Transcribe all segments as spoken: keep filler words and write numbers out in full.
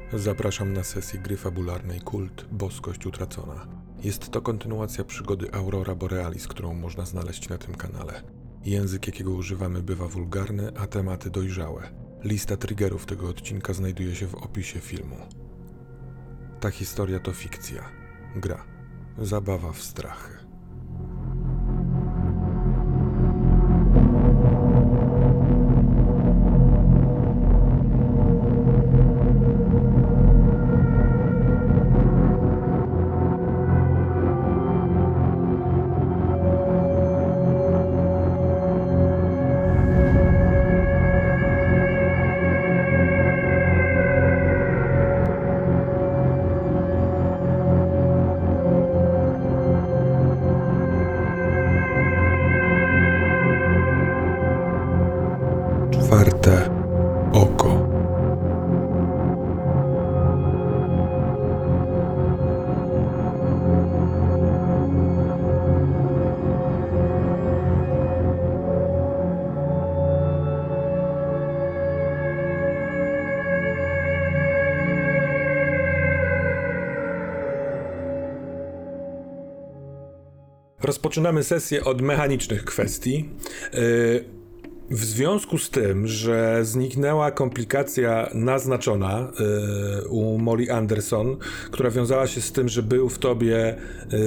Zapraszam na sesję gry fabularnej Kult Boskość Utracona. Jest to kontynuacja przygody Aurora Borealis, którą można znaleźć na tym kanale. Język, jakiego używamy, bywa wulgarny, a tematy dojrzałe. Lista triggerów tego odcinka znajduje się w opisie filmu. Ta historia to fikcja. Gra. Zabawa w strachy. Czwarte oko. Rozpoczynamy sesję od mechanicznych kwestii. Yy... W związku z tym, że zniknęła komplikacja naznaczona yy, u Molly Anderson, która wiązała się z tym, że był w tobie yy,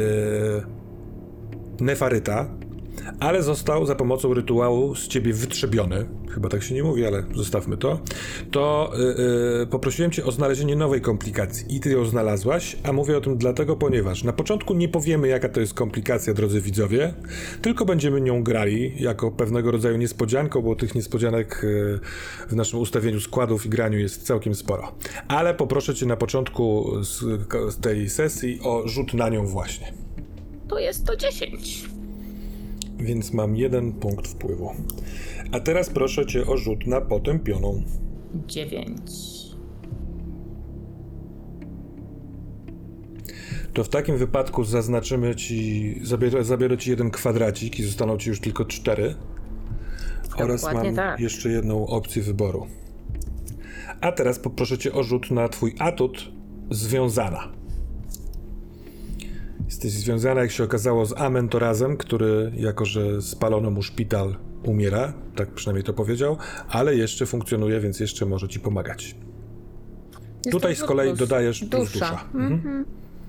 nefaryta, ale został za pomocą rytuału z ciebie wytrzebiony, chyba tak się nie mówi, ale zostawmy to, to yy, yy, poprosiłem cię o znalezienie nowej komplikacji i ty ją znalazłaś, a mówię o tym dlatego, ponieważ na początku nie powiemy, jaka to jest komplikacja, drodzy widzowie, tylko będziemy nią grali jako pewnego rodzaju niespodzianką, bo tych niespodzianek yy, w naszym ustawieniu składów i graniu jest całkiem sporo. Ale poproszę cię na początku z, z tej sesji o rzut na nią właśnie. To jest to dziesięć. Więc mam jeden punkt wpływu. A teraz proszę cię o rzut na potępioną. dziewięć. To w takim wypadku zaznaczymy ci, zabiorę, zabiorę ci jeden kwadracik i zostaną ci już tylko cztery. Oraz mam tak. jeszcze jedną opcję wyboru. A teraz poproszę cię o rzut na twój atut związana. Jesteś związana, jak się okazało, z Amentorazem, który, jako że spalono mu szpital, umiera, tak przynajmniej to powiedział, ale jeszcze funkcjonuje, więc jeszcze może ci pomagać. Jest Tutaj z kolei plus dodajesz plus dusza. dusza. Mhm. Mhm.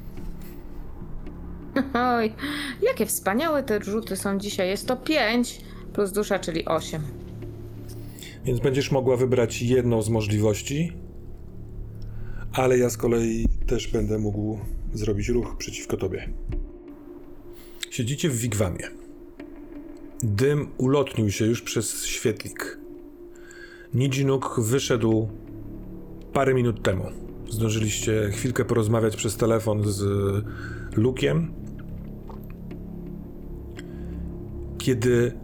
Oj, jakie wspaniałe te rzuty są dzisiaj. Jest to pięć plus dusza, czyli osiem. Więc będziesz mogła wybrać jedną z możliwości, ale ja z kolei też będę mógł zrobić ruch przeciwko tobie. Siedzicie w wigwamie. Dym ulotnił się już przez świetlik. Nidzinuk wyszedł parę minut temu. Zdążyliście chwilkę porozmawiać przez telefon z Lukiem. Kiedy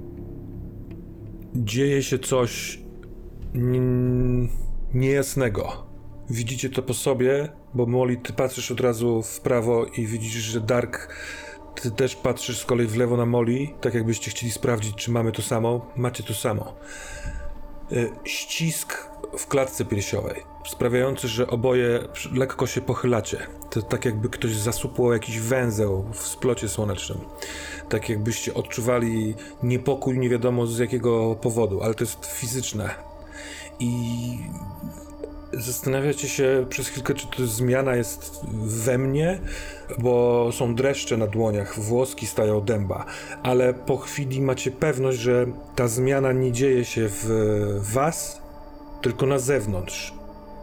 dzieje się coś n- niejasnego. Widzicie to po sobie, bo Molly, ty patrzysz od razu w prawo i widzisz, że Dark, ty też patrzysz z kolei w lewo na Molly, tak jakbyście chcieli sprawdzić, czy mamy to samo. Macie to samo. Y, ścisk w klatce piersiowej, sprawiający, że oboje lekko się pochylacie. To tak jakby ktoś zasupłał jakiś węzeł w splocie słonecznym. Tak jakbyście odczuwali niepokój, nie wiadomo z jakiego powodu, ale to jest fizyczne. I zastanawiacie się przez chwilkę, czy to zmiana jest we mnie, bo są dreszcze na dłoniach, włoski stają dęba, ale po chwili macie pewność, że ta zmiana nie dzieje się w was, tylko na zewnątrz.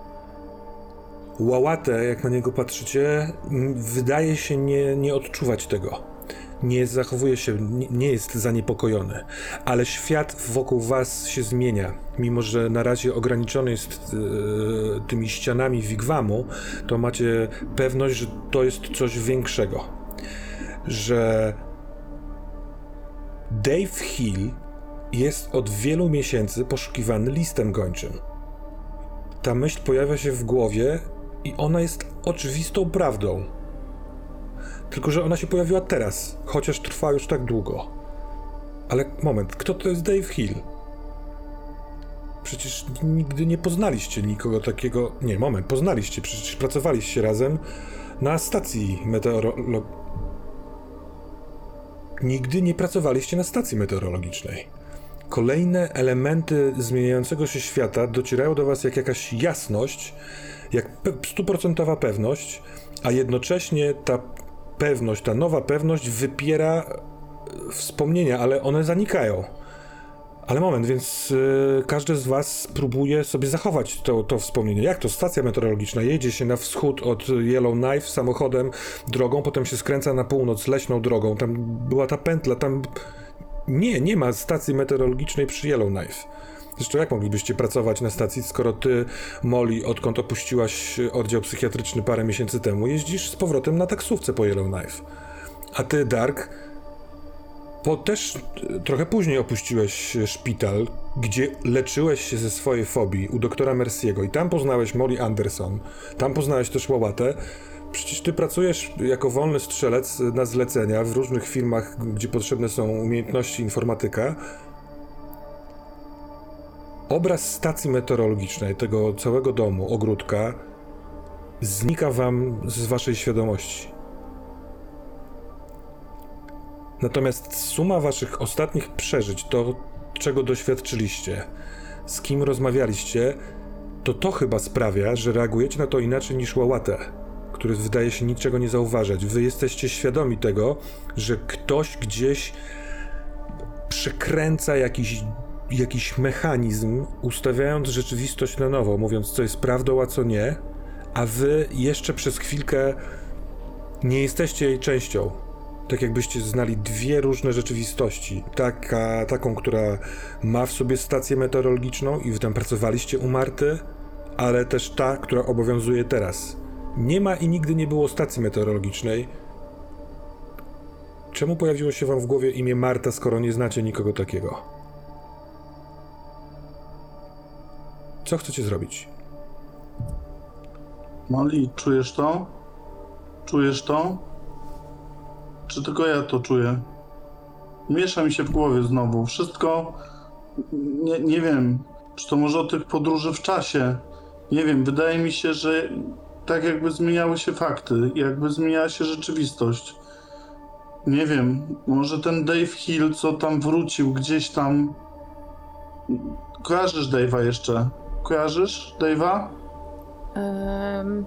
Łałatę, jak na niego patrzycie, wydaje się nie, nie odczuwać tego. Nie zachowuje się, nie, nie jest zaniepokojony, ale świat wokół was się zmienia. Mimo że na razie ograniczony jest yy, tymi ścianami wigwamu, to macie pewność, że to jest coś większego. Że Dave Hill jest od wielu miesięcy poszukiwany listem gończym. Ta myśl pojawia się w głowie i ona jest oczywistą prawdą. Tylko że ona się pojawiła teraz, chociaż trwa już tak długo. Ale moment, kto to jest Dave Hill? Przecież nigdy nie poznaliście nikogo takiego... Nie, moment, poznaliście, przecież pracowaliście razem na stacji meteorolo... Nigdy nie pracowaliście na stacji meteorologicznej. Kolejne elementy zmieniającego się świata docierają do was jak jakaś jasność, jak pe- stuprocentowa pewność, a jednocześnie ta pewność, ta nowa pewność wypiera wspomnienia, ale one zanikają. Ale moment, więc yy, każdy z was próbuje sobie zachować to, to wspomnienie. Jak to? Stacja meteorologiczna. Jedzie się na wschód od Yellowknife samochodem, drogą, potem się skręca na północ leśną drogą. Tam była ta pętla, tam... Nie, nie ma stacji meteorologicznej przy Yellowknife. Zresztą jak moglibyście pracować na stacji, skoro ty, Molly, odkąd opuściłaś oddział psychiatryczny parę miesięcy temu, jeździsz z powrotem na taksówce po Yellowknife. A ty, Dark, po też trochę później opuściłeś szpital, gdzie leczyłeś się ze swojej fobii u doktora Merciego i tam poznałeś Molly Anderson, tam poznałeś też Łałatę. Przecież ty pracujesz jako wolny strzelec na zlecenia w różnych firmach, gdzie potrzebne są umiejętności informatyka. Obraz stacji meteorologicznej, tego całego domu, ogródka, znika wam z waszej świadomości. Natomiast suma waszych ostatnich przeżyć, to czego doświadczyliście, z kim rozmawialiście, to to chyba sprawia, że reagujecie na to inaczej niż Łałatę, który wydaje się niczego nie zauważać. Wy jesteście świadomi tego, że ktoś gdzieś przekręca jakiś, jakiś mechanizm, ustawiając rzeczywistość na nowo, mówiąc co jest prawdą, a co nie, a wy jeszcze przez chwilkę nie jesteście jej częścią. Tak jakbyście znali dwie różne rzeczywistości. Taka, taką, która ma w sobie stację meteorologiczną i wy tam pracowaliście u Marty, ale też ta, która obowiązuje teraz. Nie ma i nigdy nie było stacji meteorologicznej. Czemu pojawiło się wam w głowie imię Marta, skoro nie znacie nikogo takiego? Co chcecie zrobić? Molly, czujesz to? Czujesz to? Czy tylko ja to czuję? Miesza mi się w głowie znowu. Wszystko... Nie, nie wiem. Czy to może o tych podróży w czasie? Nie wiem. Wydaje mi się, że tak jakby zmieniały się fakty. Jakby zmieniała się rzeczywistość. Nie wiem. Może ten Dave Hill, co tam wrócił gdzieś tam... Kojarzysz Dave'a jeszcze? Kojarzysz Dave'a? Um,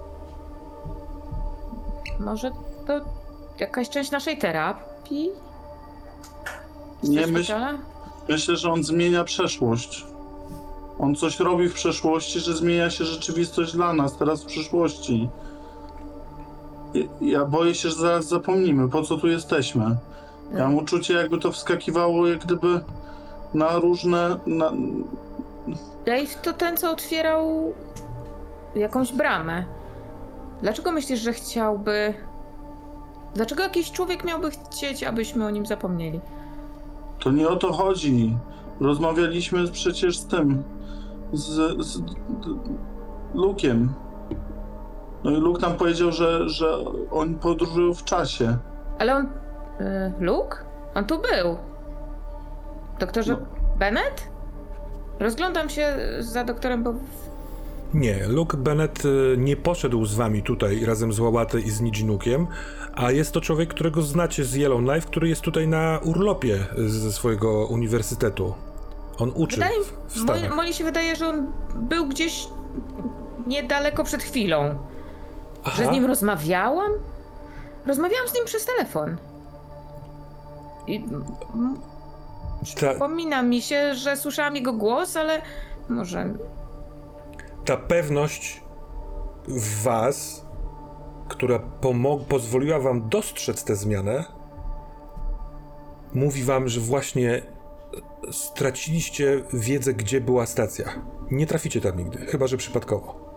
może to jakaś część naszej terapii? Nie myśl, myślę, że on zmienia przeszłość. On coś robi w przeszłości, że zmienia się rzeczywistość dla nas, teraz w przyszłości. Ja, ja boję się, że zaraz zapomnimy, po co tu jesteśmy. Ja mam uczucie, jakby to wskakiwało, jak gdyby na różne... Na... Dave to ten, co otwierał jakąś bramę. Dlaczego myślisz, że chciałby... Dlaczego jakiś człowiek miałby chcieć, abyśmy o nim zapomnieli? To nie o to chodzi. Rozmawialiśmy przecież z tym, z, z Luke'iem. No i Luke nam powiedział, że, że on podróżują w czasie. Ale on... Y, Luke? On tu był. Doktorze No. Bennett? Rozglądam się za doktorem, bo... Nie, Luke Bennett nie poszedł z wami tutaj razem z Łałatą i z Nijinukiem, a jest to człowiek, którego znacie z Yellowknife, który jest tutaj na urlopie ze swojego uniwersytetu. On uczy Wydaje, w, w Stanach. Moli się wydaje, że on był gdzieś niedaleko przed chwilą. Aha. Że z nim rozmawiałam? Rozmawiałam z nim przez telefon. I m- Ta, przypomina mi się, że słyszałam jego głos, ale może... ta pewność w was, która pomog- pozwoliła wam dostrzec tę zmianę, mówi wam, że właśnie straciliście wiedzę, gdzie była stacja. Nie traficie tam nigdy, chyba że przypadkowo.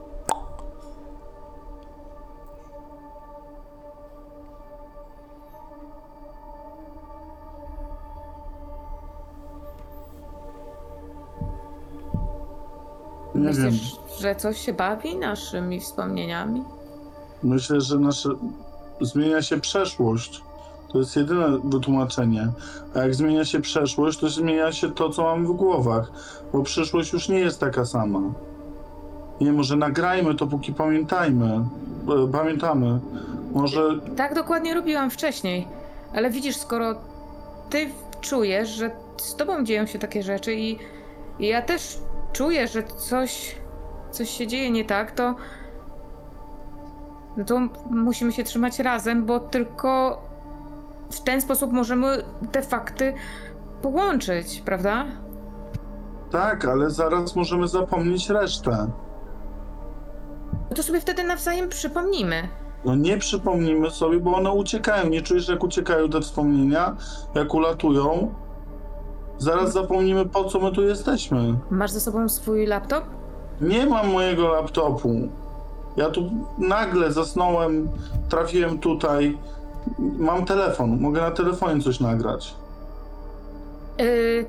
Nie wiem. Myślisz, że coś się bawi naszymi wspomnieniami? Myślę, że nasze... zmienia się przeszłość. To jest jedyne wytłumaczenie. A jak zmienia się przeszłość, to zmienia się to, co mamy w głowach. Bo przyszłość już nie jest taka sama. Nie, może nagrajmy to, póki pamiętajmy. E, Pamiętamy. Może... Tak dokładnie robiłam wcześniej. Ale widzisz, skoro ty czujesz, że z tobą dzieją się takie rzeczy i, i ja też czuję, że coś, coś się dzieje nie tak, to no to musimy się trzymać razem, bo tylko w ten sposób możemy te fakty połączyć, prawda? Tak, ale zaraz możemy zapomnieć resztę. No to sobie wtedy nawzajem przypomnimy. No nie przypomnimy sobie, bo one uciekają. Nie czujesz, jak uciekają te wspomnienia? Jak ulatują? Zaraz zapomnimy, po co my tu jesteśmy. Masz ze sobą swój laptop? Nie mam mojego laptopu. Ja tu nagle zasnąłem, trafiłem tutaj. Mam telefon, mogę na telefonie coś nagrać. Yy...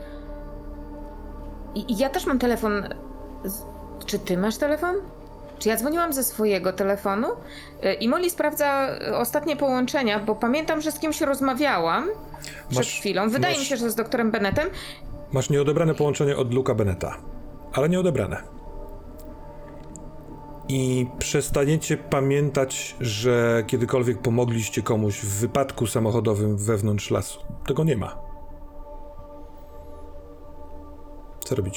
i- Ja też mam telefon. Z- Czy ty masz telefon? Czy ja dzwoniłam ze swojego telefonu? Yy, I Molly sprawdza y, ostatnie połączenia, bo pamiętam, że z kimś rozmawiałam przed Masz- chwilą. Wydaje masz- mi się, że z doktorem Bennettem. Masz nieodebrane połączenie od Luka Bennetta, ale nieodebrane. I przestaniecie pamiętać, że kiedykolwiek pomogliście komuś w wypadku samochodowym wewnątrz lasu. Tego nie ma. Co robicie?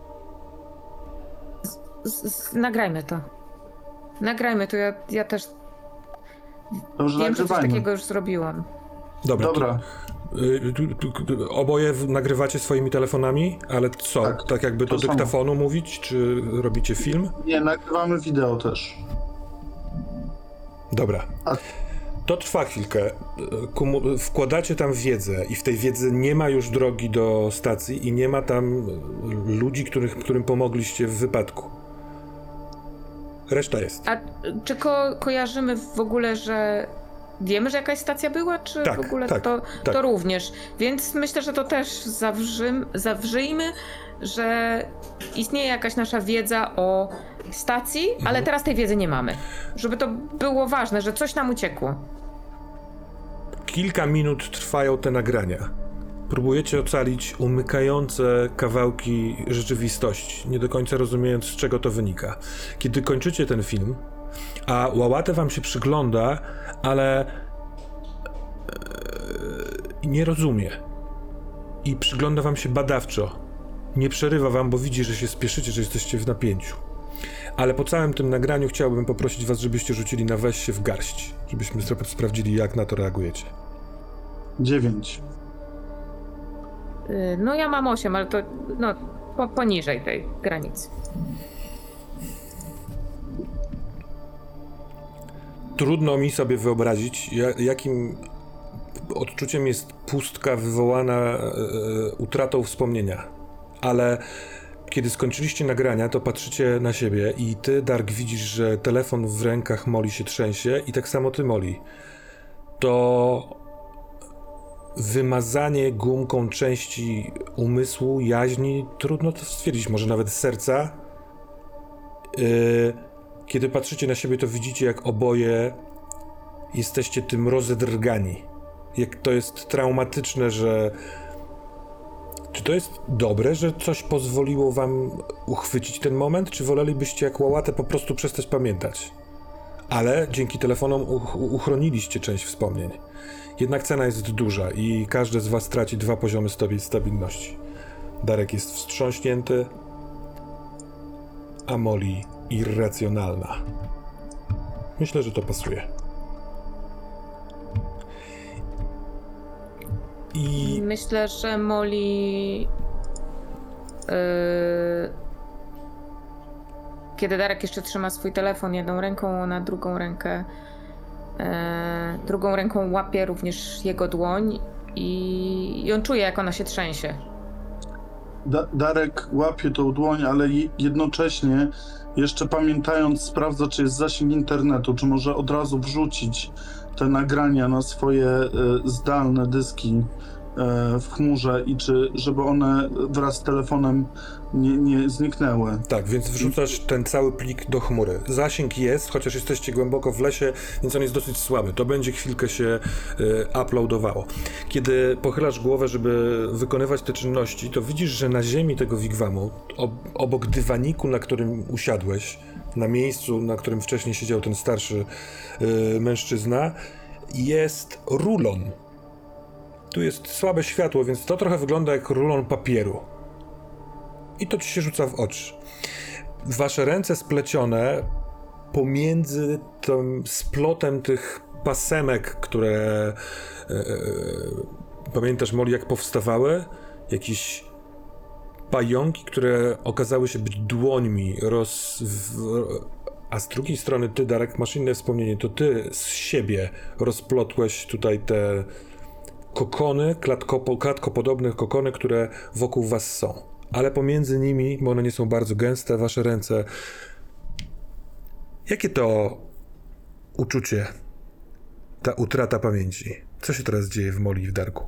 Z- z- Nagrajmy to. Nagrajmy to, ja, ja też Dobrze, wiem, że coś nagrywajmy. takiego już zrobiłam. Dobra. Dobra, To, y, tu- tu- tu- oboje w- nagrywacie swoimi telefonami, ale co? Tak, Tak, jakby do to samo. dyktafonu mówić, czy robicie film? nie, nagrywamy wideo też. Dobra. A- To trwa chwilkę. Kumu- wkładacie tam wiedzę i w tej wiedzy nie ma już drogi do stacji i nie ma tam ludzi, których, którym pomogliście w wypadku. Reszta jest. A czy ko- kojarzymy w ogóle, że wiemy, że jakaś stacja była, czy Tak, w ogóle tak, to, tak. to również? Więc myślę, że to też zawrzym, zawrzyjmy, że istnieje jakaś nasza wiedza o stacji, Mhm. ale teraz tej wiedzy nie mamy. Żeby to było ważne, że coś nam uciekło. Kilka minut trwają te nagrania. Próbujecie ocalić umykające kawałki rzeczywistości, nie do końca rozumiejąc, z czego to wynika. Kiedy kończycie ten film, a Łałatę wam się przygląda, ale e, nie rozumie. I przygląda wam się badawczo. Nie przerywa wam, bo widzi, że się spieszycie, że jesteście w napięciu. Ale po całym tym nagraniu chciałbym poprosić was, żebyście rzucili na weź się w garść, żebyśmy spra- sprawdzili, jak na to reagujecie. Dziewięć. Yy, No ja mam osiem, ale to no, po, poniżej tej granicy. Trudno mi sobie wyobrazić, ja- jakim odczuciem jest pustka wywołana e, utratą wspomnienia. Ale kiedy skończyliście nagrania, to patrzycie na siebie i ty, Dark, widzisz, że telefon w rękach Molly się trzęsie i tak samo ty, Molly. To wymazanie gumką części umysłu, jaźni, trudno to stwierdzić, może nawet serca. Yy, Kiedy patrzycie na siebie, to widzicie, jak oboje jesteście tym rozedrgani. Jak to jest traumatyczne, że... Czy to jest dobre, że coś pozwoliło wam uchwycić ten moment, czy wolelibyście jak Łałatę po prostu przestać pamiętać? Ale dzięki telefonom uch- uchroniliście część wspomnień. Jednak cena jest duża i każdy z was traci dwa poziomy stopień stabilności. Darek jest wstrząśnięty, a Molly irracjonalna. Myślę, że to pasuje. I Myślę, że Molly yy, kiedy Darek jeszcze trzyma swój telefon jedną ręką, ona drugą rękę yy, drugą ręką łapie również jego dłoń i, i on czuje, jak ona się trzęsie. Da- Darek łapie tą dłoń, ale je- jednocześnie jeszcze pamiętając sprawdza, czy jest zasięg internetu, czy może od razu wrzucić te nagrania na swoje e, zdalne dyski e, w chmurze i czy, żeby one wraz z telefonem nie, nie zniknęły. Tak, więc wrzucasz ten cały plik do chmury. Zasięg jest, chociaż jesteście głęboko w lesie, więc on jest dosyć słaby. To będzie chwilkę się y, uploadowało. Kiedy pochylasz głowę, żeby wykonywać te czynności, to widzisz, że na ziemi tego wigwamu, ob, obok dywaniku, na którym usiadłeś, na miejscu, na którym wcześniej siedział ten starszy y, mężczyzna, jest rulon. Tu jest słabe światło, więc to trochę wygląda jak rulon papieru. I to ci się rzuca w oczy. Wasze ręce splecione pomiędzy tym splotem tych pasemek, które e, e, pamiętasz, Molly, jak powstawały? Jakieś pająki, które okazały się być dłońmi, roz... W, a z drugiej strony ty, Darek, masz inne wspomnienie, to ty z siebie rozplotłeś tutaj te kokony, klatko, klatkopodobne kokony, które wokół was są. Ale pomiędzy nimi, bo one nie są bardzo gęste, wasze ręce. Jakie to uczucie, ta utrata pamięci? Co się teraz dzieje w Molly i w Darku?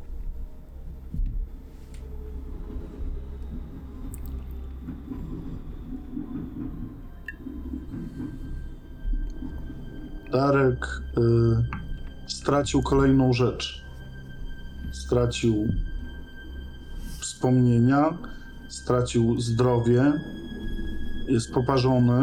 Darek y, stracił kolejną rzecz. Stracił wspomnienia, stracił zdrowie, jest poparzony,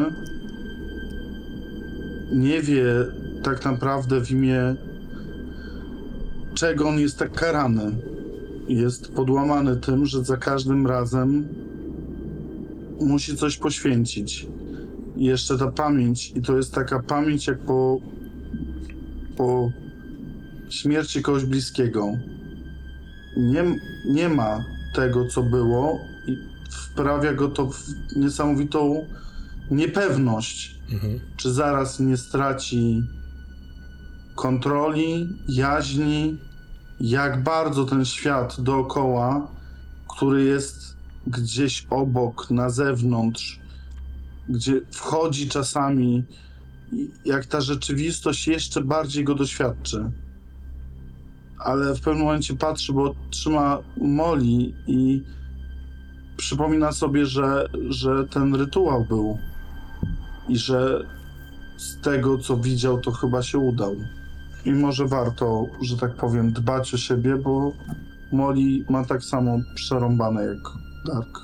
nie wie tak naprawdę w imię czego on jest tak karany. Jest podłamany tym, że za każdym razem musi coś poświęcić. I jeszcze ta pamięć, i to jest taka pamięć jak po, po śmierci kogoś bliskiego. Nie, nie ma tego, co było i wprawia go to w niesamowitą niepewność. Mhm. Czy zaraz nie straci kontroli, jaźni, jak bardzo ten świat dookoła, który jest gdzieś obok, na zewnątrz, gdzie wchodzi czasami, jak ta rzeczywistość jeszcze bardziej go doświadczy. Ale w pewnym momencie patrzy, bo trzyma Molly i przypomina sobie, że, że ten rytuał był i że z tego, co widział, to chyba się udał. I może warto, że tak powiem, dbać o siebie, bo Molly ma tak samo przerąbane jak Dark.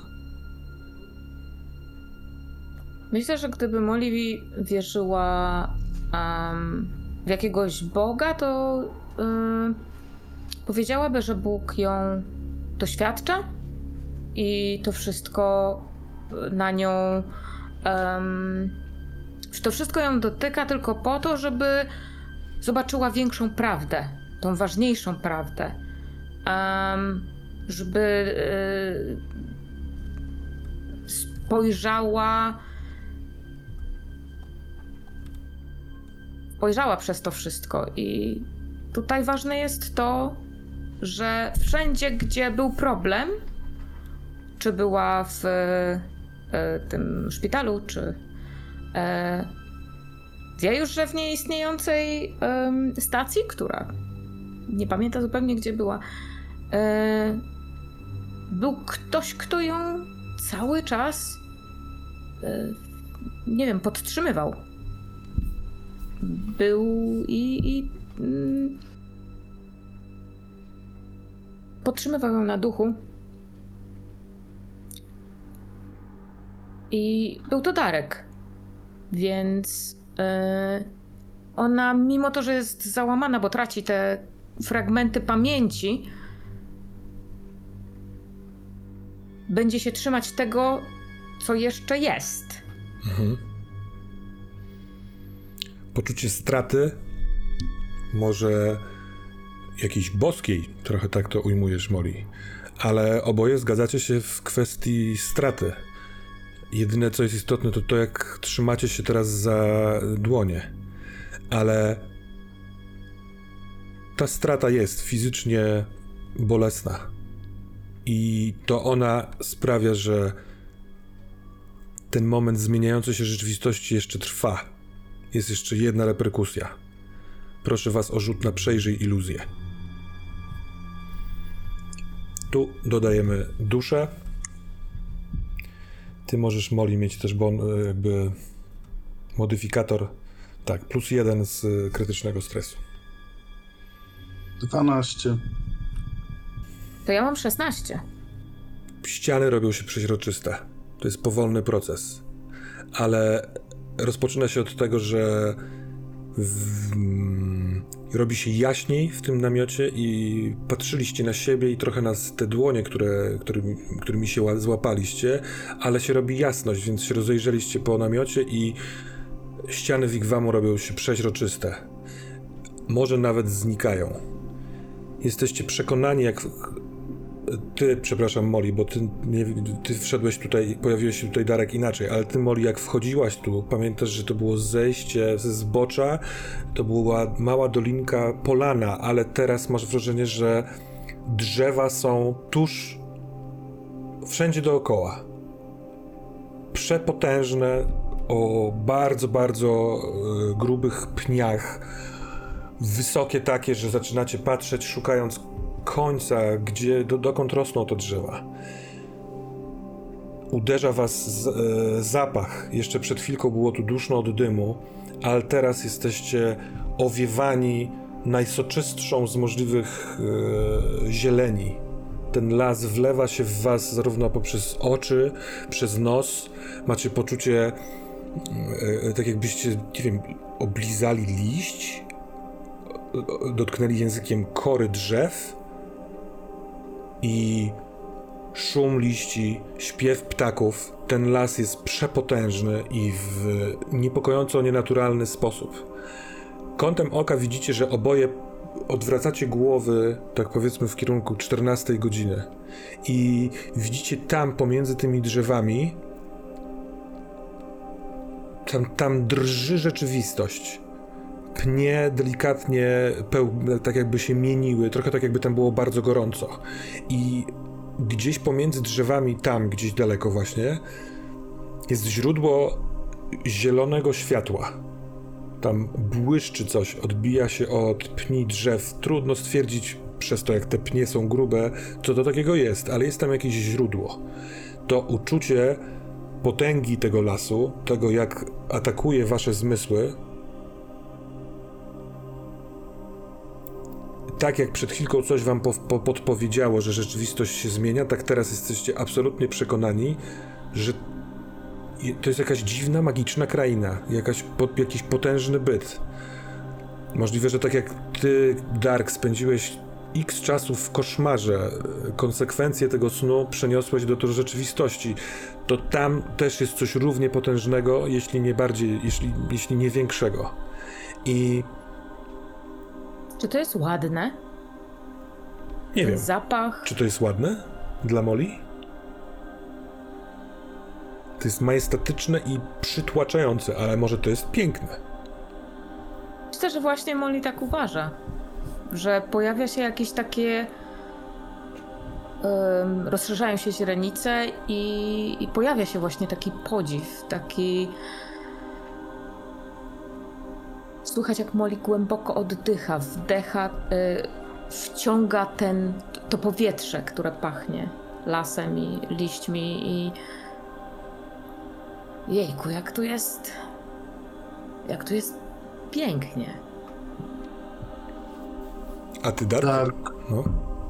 Myślę, że gdyby Molly wierzyła um, w jakiegoś Boga, to um, powiedziałaby, że Bóg ją doświadcza i to wszystko na nią um, to wszystko ją dotyka tylko po to, żeby zobaczyła większą prawdę, tą ważniejszą prawdę, um, żeby y, spojrzała spojrzała przez to wszystko i tutaj ważne jest to, że wszędzie, gdzie był problem, czy była w y, tym szpitalu, czy E, wie już, że w nieistniejącej um, stacji, która nie pamięta zupełnie, gdzie była, e, był ktoś, kto ją cały czas e, nie wiem, podtrzymywał. Był i, i mm, podtrzymywał ją na duchu. I był to Darek. Więc yy, ona, mimo to, że jest załamana, bo traci te fragmenty pamięci, będzie się trzymać tego, co jeszcze jest. Mhm. Poczucie straty, może jakiejś boskiej, trochę tak to ujmujesz, Molly, ale oboje zgadzacie się w kwestii straty. Jedyne, co jest istotne, to to, jak trzymacie się teraz za dłonie. Ale ta strata jest fizycznie bolesna. I to ona sprawia, że ten moment zmieniającej się rzeczywistości jeszcze trwa. Jest jeszcze jedna reperkusja. Proszę was o rzut na przejrzyj iluzję. Tu dodajemy duszę. Ty możesz, Molly, mieć też bon, jakby modyfikator, tak, plus jeden z krytycznego stresu. dwanaście. To ja mam szesnaście. Ściany robią się przeźroczyste. To jest powolny proces. Ale rozpoczyna się od tego, że w, mm, robi się jaśniej w tym namiocie i patrzyliście na siebie i trochę na te dłonie, które, którymi, którymi się złapaliście, ale się robi jasność, więc się rozejrzeliście po namiocie i ściany wigwamu robią się przeźroczyste. Może nawet znikają. Jesteście przekonani, jak ty, przepraszam, Molly, bo ty, nie, ty wszedłeś tutaj, pojawiłeś się tutaj, Darek, inaczej, ale ty, Molly, jak wchodziłaś tu, pamiętasz, że to było zejście ze zbocza, to była mała dolinka polana, ale teraz masz wrażenie, że drzewa są tuż, wszędzie dookoła. Przepotężne, o bardzo, bardzo y, grubych pniach, wysokie takie, że zaczynacie patrzeć, szukając końca, gdzie, do, dokąd rosną te drzewa. Uderza was z, e, zapach. Jeszcze przed chwilką było tu duszno od dymu, ale teraz jesteście owiewani najsoczystszą z możliwych e, zieleni. Ten las wlewa się w was zarówno poprzez oczy, przez nos. Macie poczucie, e, tak jakbyście, nie wiem, oblizali liść, dotknęli językiem kory drzew i szum liści, śpiew ptaków. Ten las jest przepotężny i w niepokojąco nienaturalny sposób. Kątem oka widzicie, że oboje odwracacie głowy, tak powiedzmy, w kierunku czternastej godziny i widzicie tam pomiędzy tymi drzewami, tam, tam drży rzeczywistość. Pnie delikatnie, peł- tak jakby się mieniły, trochę tak jakby tam było bardzo gorąco. I gdzieś pomiędzy drzewami, tam gdzieś daleko właśnie, jest źródło zielonego światła. Tam błyszczy coś, odbija się od pni drzew. Trudno stwierdzić przez to, jak te pnie są grube, co to takiego jest, ale jest tam jakieś źródło. To uczucie potęgi tego lasu, tego jak atakuje wasze zmysły, tak jak przed chwilką coś wam po, po, podpowiedziało, że rzeczywistość się zmienia, tak teraz jesteście absolutnie przekonani, że to jest jakaś dziwna, magiczna kraina, jakaś, po, jakiś potężny byt. Możliwe, że tak jak ty, Dark, spędziłeś x czasu w koszmarze, konsekwencje tego snu przeniosłeś do tej rzeczywistości, to tam też jest coś równie potężnego, jeśli nie bardziej, jeśli, jeśli nie większego. I Czy to jest ładne? nie Ten wiem, zapach? czy to jest ładne dla Molly? To jest majestatyczne i przytłaczające, ale może to jest piękne. Myślę, że właśnie Molly tak uważa, że pojawia się jakieś takie... Um, rozszerzają się źrenice i, i pojawia się właśnie taki podziw, taki... Słychać, jak Molly głęboko oddycha, wdecha, y, wciąga ten, to powietrze, które pachnie lasem i liśćmi i... Jejku, jak tu jest... Jak tu jest pięknie. A ty, Dark? Dark, No.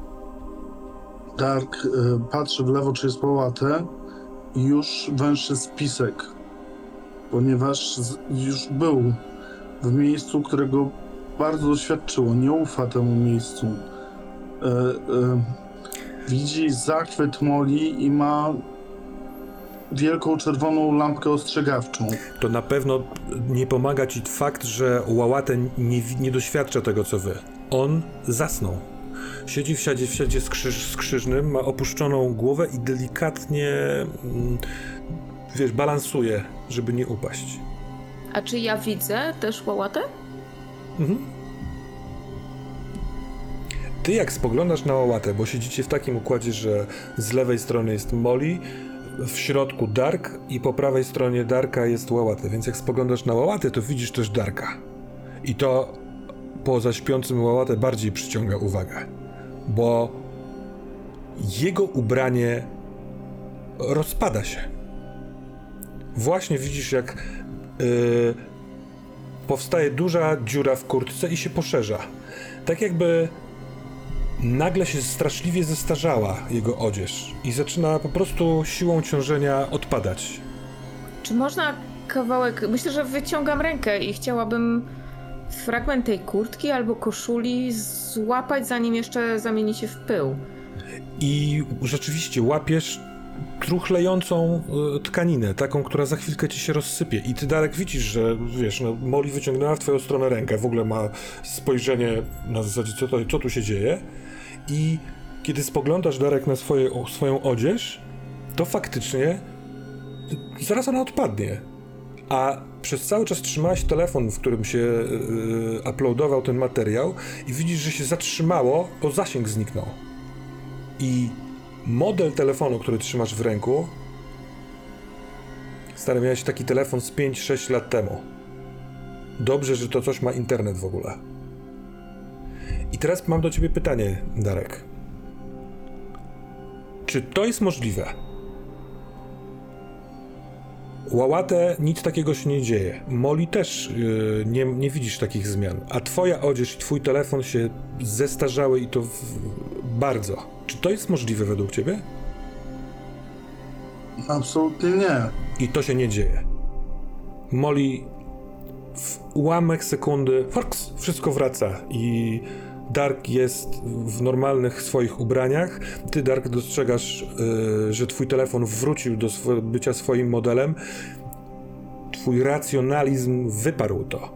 Dark y, patrzy w lewo, czy jest połate i już węży spisek, ponieważ z, już był w miejscu, którego bardzo doświadczyło, nie ufa temu miejscu. E, e, widzi zachwyt Molly i ma wielką czerwoną lampkę ostrzegawczą. To na pewno nie pomaga ci fakt, że Łałatę nie, nie doświadcza tego, co wy. On zasnął. Siedzi w siadzie, w siadzie skrzyż, skrzyżnym, ma opuszczoną głowę i delikatnie, mm, wiesz, balansuje, żeby nie upaść. A czy ja widzę też Łałatę? Mhm. Ty jak spoglądasz na Łałatę, bo siedzicie w takim układzie, że z lewej strony jest Molly, w środku Dark i po prawej stronie Darka jest Łałatę, więc jak spoglądasz na Łałatę, to widzisz też Darka. I to poza śpiącym Łałatę bardziej przyciąga uwagę, bo jego ubranie rozpada się. Właśnie widzisz, jak yy, powstaje duża dziura w kurtce i się poszerza. Tak jakby nagle się straszliwie zestarzała jego odzież i zaczyna po prostu siłą ciążenia odpadać. Czy można kawałek... Myślę, że wyciągam rękę i chciałabym fragment tej kurtki albo koszuli złapać, zanim jeszcze zamieni się w pył. I rzeczywiście łapiesz truchlejącą y, tkaninę, taką, która za chwilkę ci się rozsypie. I ty, Darek, widzisz, że wiesz, no, Molly wyciągnęła w twoją stronę rękę, w ogóle ma spojrzenie na zasadzie, co, to, co tu się dzieje. I kiedy spoglądasz, Darek, na swoje, o, swoją odzież, to faktycznie zaraz ona odpadnie. A przez cały czas trzymałeś telefon, w którym się yy, uploadował ten materiał i widzisz, że się zatrzymało, bo zasięg zniknął. I model telefonu, który trzymasz w ręku, stary, miałeś taki telefon z pięć sześć lat temu. Dobrze, że to coś ma internet w ogóle. I teraz mam do ciebie pytanie, Darek. Czy to jest możliwe? Łałatę nic takiego się nie dzieje. Molly też yy, nie, nie widzisz takich zmian. A twoja odzież i twój telefon się zestarzały i to w, bardzo. Czy to jest możliwe według ciebie? Absolutnie nie. I to się nie dzieje. Molly w ułamek sekundy, forks, wszystko wraca i Dark jest w normalnych swoich ubraniach. Ty, Dark, dostrzegasz, yy, że twój telefon wrócił do swo- bycia swoim modelem. Twój racjonalizm wyparł to.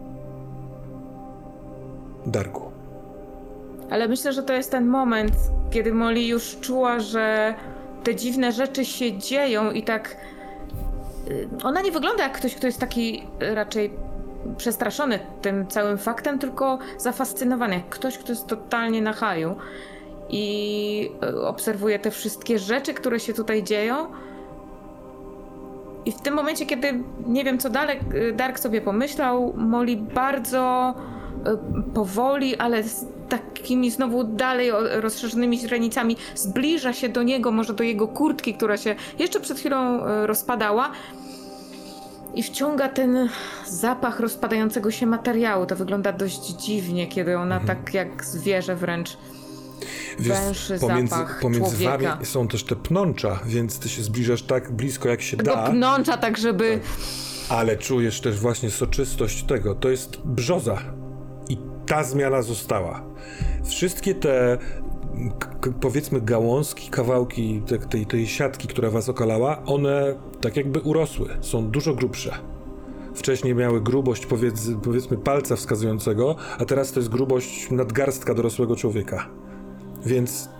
Darku. Ale myślę, że to jest ten moment, kiedy Molly już czuła, że te dziwne rzeczy się dzieją i tak... Ona nie wygląda jak ktoś, kto jest taki raczej przestraszony tym całym faktem, tylko zafascynowany. Jak ktoś, kto jest totalnie na haju i obserwuje te wszystkie rzeczy, które się tutaj dzieją. I w tym momencie, kiedy nie wiem, co dalej Dark sobie pomyślał, Molly bardzo powoli, ale z takimi znowu dalej rozszerzonymi źrenicami zbliża się do niego, może do jego kurtki, która się jeszcze przed chwilą rozpadała i wciąga ten zapach rozpadającego się materiału. To wygląda dość dziwnie, kiedy ona mhm. tak jak zwierzę wręcz węszy pomiędzy, zapach pomiędzy człowieka. wami są też te pnącza, więc ty się zbliżasz tak blisko jak się Tego da. pnącza tak, żeby... Ale czujesz też właśnie soczystość tego. To jest brzoza. I ta zmiana została. Wszystkie te k- powiedzmy gałązki, kawałki te, tej, tej siatki, która was okalała, one tak jakby urosły. Są dużo grubsze. Wcześniej miały grubość powiedz, powiedzmy palca wskazującego, a teraz to jest grubość nadgarstka dorosłego człowieka. Więc...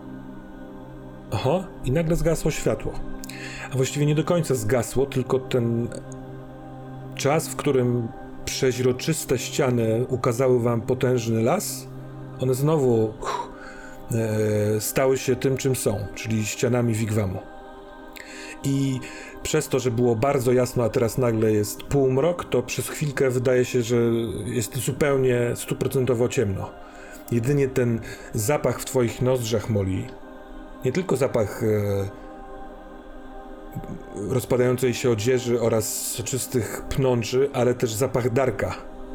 Oho, i nagle zgasło światło. A właściwie nie do końca zgasło, tylko ten czas, w którym przeźroczyste ściany ukazały wam potężny las, one znowu uff, e, stały się tym, czym są, czyli ścianami wigwamu. I przez to, że było bardzo jasno, a teraz nagle jest półmrok, to przez chwilkę wydaje się, że jest zupełnie stuprocentowo ciemno. Jedynie ten zapach w twoich nozdrzach, Molly, nie tylko zapach e, rozpadającej się odzieży oraz soczystych pnączy, ale też zapach Darka.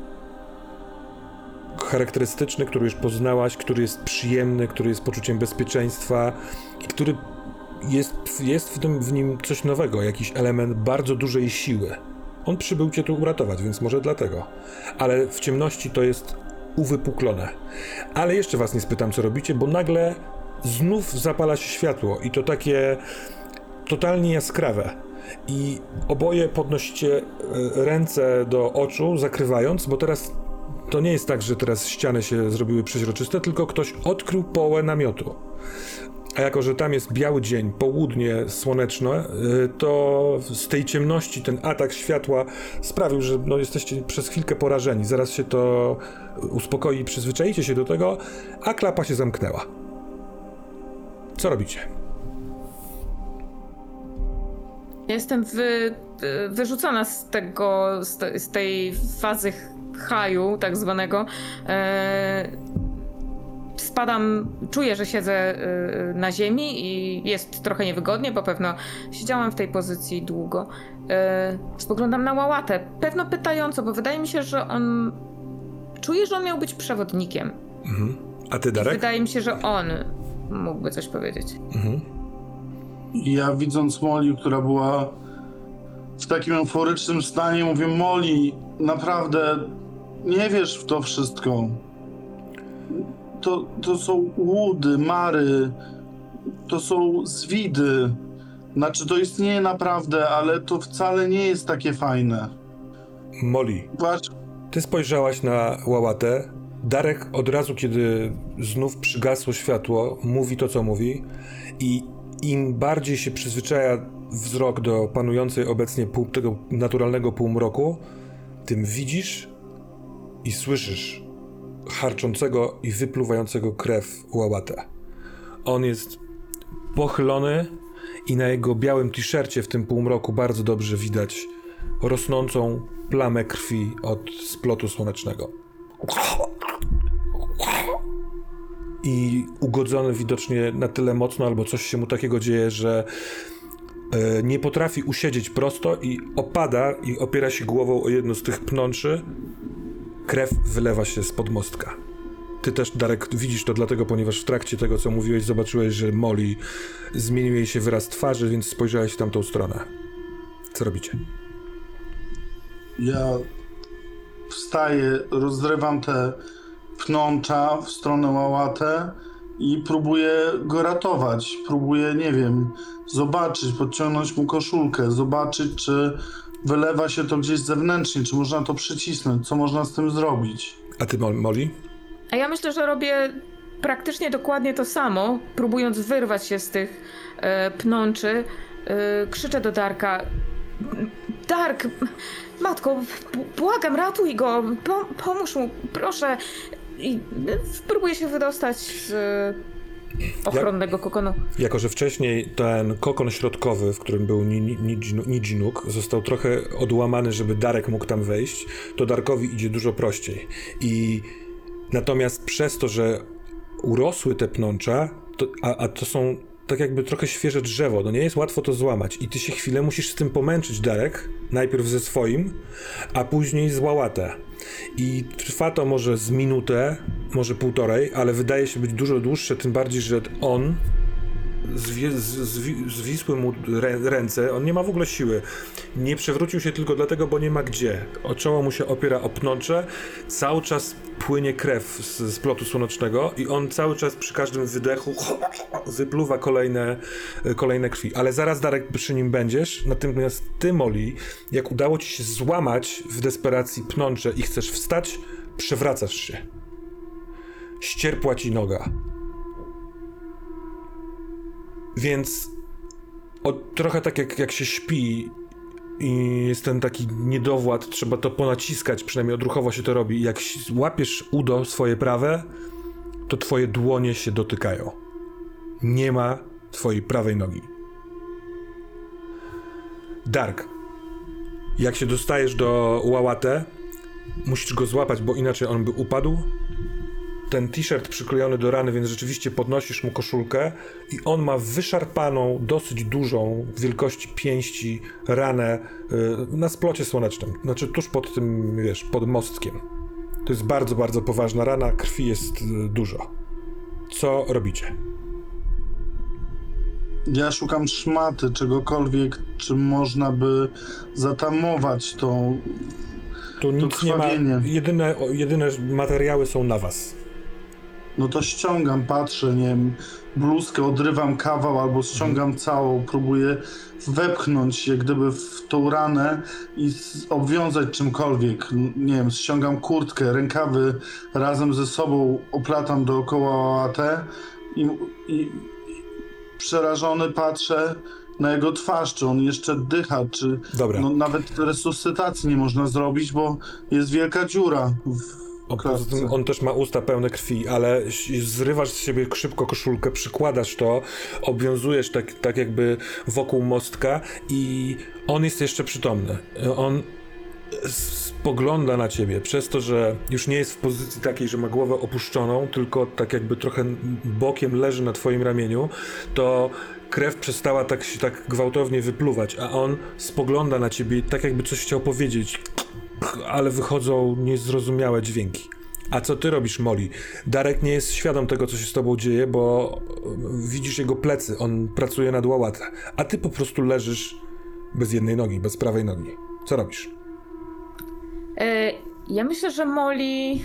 Charakterystyczny, który już poznałaś, który jest przyjemny, który jest poczuciem bezpieczeństwa i który jest, jest w, tym, w nim coś nowego, jakiś element bardzo dużej siły. On przybył cię tu uratować, więc może dlatego. Ale w ciemności to jest uwypuklone. Ale jeszcze was nie spytam, co robicie, bo nagle znów zapala się światło i to takie totalnie jaskrawe. I oboje podnosicie ręce do oczu, zakrywając, bo teraz to nie jest tak, że teraz ściany się zrobiły przeźroczyste, tylko ktoś odkrył połę namiotu. A jako, że tam jest biały dzień, południe słoneczne, to z tej ciemności ten atak światła sprawił, że no, jesteście przez chwilkę porażeni. Zaraz się to uspokoi i przyzwyczaicie się do tego, a klapa się zamknęła. Co robicie? Jestem wy, wyrzucona z tego, z, te, z tej fazy haju tak zwanego. E, spadam, czuję, że siedzę y, na ziemi i jest trochę niewygodnie, bo pewno siedziałam w tej pozycji długo. Y, spoglądam na Łałatę, pewno pytająco, bo wydaje mi się, że on... Czuję, że on miał być przewodnikiem. Mhm. A ty, Darek? Wydaje mi się, że on mógłby coś powiedzieć. Mhm. Ja widząc Molly, która była w takim euforycznym stanie, mówię: Molly, naprawdę nie wiesz w to wszystko. To, to są łudy, mary, to są zwidy. Znaczy, to istnieje naprawdę, ale to wcale nie jest takie fajne. Molly, Patrz, ty spojrzałaś na Łałatę. Darek od razu, kiedy znów przygasło światło, mówi to, co mówi, i im bardziej się przyzwyczaja wzrok do panującej obecnie pół, tego naturalnego półmroku, tym widzisz i słyszysz harczącego i wypluwającego krew Łałatę. On jest pochylony i na jego białym t-shircie w tym półmroku bardzo dobrze widać rosnącą plamę krwi od splotu słonecznego. I ugodzony widocznie na tyle mocno, albo coś się mu takiego dzieje, że e, nie potrafi usiedzieć prosto i opada i opiera się głową o jedno z tych pnączy. Krew wylewa się spod mostka. Ty też, Darek, widzisz to dlatego, ponieważ w trakcie tego, co mówiłeś, zobaczyłeś, że Molly zmienił jej się wyraz twarzy, więc spojrzałeś w tamtą stronę. Co robicie? ja wstaję, rozrywam te pnącza w stronę Łałatę i próbuję go ratować. Próbuję, nie wiem, zobaczyć, podciągnąć mu koszulkę, zobaczyć, czy wylewa się to gdzieś zewnętrznie, czy można to przycisnąć, co można z tym zrobić. A ty, Mo- Molly? A ja myślę, że robię praktycznie dokładnie to samo, próbując wyrwać się z tych e, pnączy. E, krzyczę do Darka: Dark, matko, b- błagam, ratuj go, pom- pomóż mu, proszę. I e, próbuję się wydostać z e, ochronnego kokonu. Jako że wcześniej ten kokon środkowy, w którym był Ni- Ni- Nidzi- Nidzinuk, został trochę odłamany, żeby Darek mógł tam wejść, to Darkowi idzie dużo prościej. I natomiast przez to, że urosły te pnącza, to, a, a to są tak jakby trochę świeże drzewo, no nie jest łatwo to złamać i ty się chwilę musisz z tym pomęczyć, Darek, najpierw ze swoim, a później z Łałatę. I trwa to może z minutę, może półtorej, ale wydaje się być dużo dłuższe, tym bardziej, że on zwi- z- zwi- zwisły mu rę- ręce, on nie ma w ogóle siły. Nie przewrócił się tylko dlatego, bo nie ma gdzie. O czoło mu się opiera o pnącze, cały czas płynie krew z, z plotu słonecznego i on cały czas przy każdym wydechu wypluwa kolejne, kolejne krwi. Ale zaraz, Darek, przy nim będziesz. Natomiast ty, Molly, jak udało ci się złamać w desperacji pnącze i chcesz wstać, przewracasz się. Ścierpła ci noga. Więc o, trochę tak jak, jak się śpi i jest ten taki niedowład, trzeba to ponaciskać, przynajmniej odruchowo się to robi. Jak łapiesz udo swoje prawe, to twoje dłonie się dotykają. Nie ma twojej prawej nogi. Dark, jak się dostajesz do Łałatę, musisz go złapać, bo inaczej on by upadł. Ten t-shirt przyklejony do rany, więc rzeczywiście podnosisz mu koszulkę i on ma wyszarpaną, dosyć dużą, wielkości pięści, ranę yy, na splocie słonecznym. Znaczy tuż pod tym, wiesz, pod mostkiem. To jest bardzo, bardzo poważna rana, krwi jest yy, dużo. Co robicie? Ja szukam szmaty, czegokolwiek, czym można by zatamować tą... Tu nic nie ma, krwawienie. jedyne, o, jedyne materiały są na was. No to ściągam, patrzę, nie wiem, bluzkę, odrywam kawał albo ściągam całą, próbuję wepchnąć się gdyby w tą ranę i z- obwiązać czymkolwiek. N- Nie wiem, ściągam kurtkę, rękawy razem ze sobą oplatam dookoła Łałatę i, i, i przerażony patrzę na jego twarz, czy on jeszcze dycha, czy Dobra. no, nawet resuscytacji nie można zrobić, bo jest wielka dziura w On, poza tym, on też ma usta pełne krwi, ale zrywasz z siebie szybko koszulkę, przykładasz to, obwiązujesz tak, tak jakby wokół mostka i on jest jeszcze przytomny. On s- spogląda na ciebie, przez to, że już nie jest w pozycji takiej, że ma głowę opuszczoną, tylko tak jakby trochę bokiem leży na twoim ramieniu, to krew przestała tak się tak gwałtownie wypluwać, a on spogląda na ciebie tak jakby coś chciał powiedzieć, ale wychodzą niezrozumiałe dźwięki. A co ty robisz, Molly? Darek nie jest świadom tego, co się z tobą dzieje, bo widzisz jego plecy, on pracuje nad łałatę, a ty po prostu leżysz bez jednej nogi, bez prawej nogi. Co robisz? E, ja myślę, że Molly...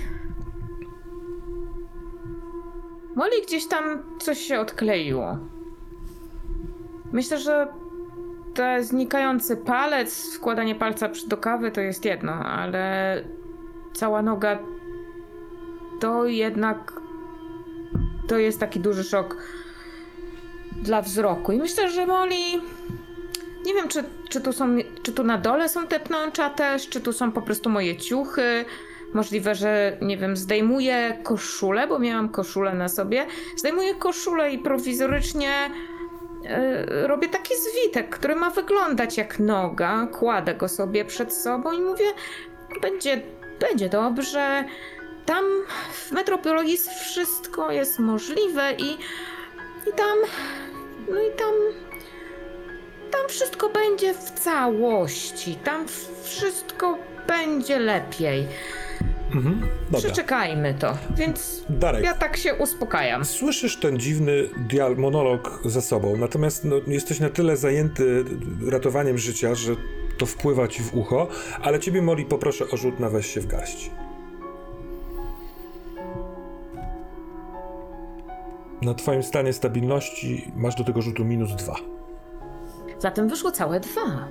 Molly gdzieś tam coś się odkleiło. Myślę, że ten znikający palec, wkładanie palca do kawy to jest jedno, ale cała noga to jednak to jest taki duży szok dla wzroku. I myślę, że Molly... Nie wiem, czy, czy, tu są, czy tu na dole są te pnącza też, czy tu są po prostu moje ciuchy. Możliwe, że, nie wiem, zdejmuję koszulę, bo miałam koszulę na sobie. Zdejmuję koszulę i prowizorycznie yy, robię taki zwitek, który ma wyglądać jak noga. Kładę go sobie przed sobą i mówię, będzie, będzie dobrze. Tam w Metropolis wszystko jest możliwe i, i tam, no i tam... Tam wszystko będzie w całości. Tam wszystko będzie lepiej. Mhm, dobra. Przeczekajmy to. Więc Darek, ja tak się uspokajam. słyszysz ten dziwny dial- monolog za sobą, natomiast no, jesteś na tyle zajęty ratowaniem życia, że to wpływa ci w ucho, ale ciebie, Molly, poproszę o rzut na weź się w garść. Na twoim stanie stabilności masz do tego rzutu minus dwa. Zatem wyszło całe dwa.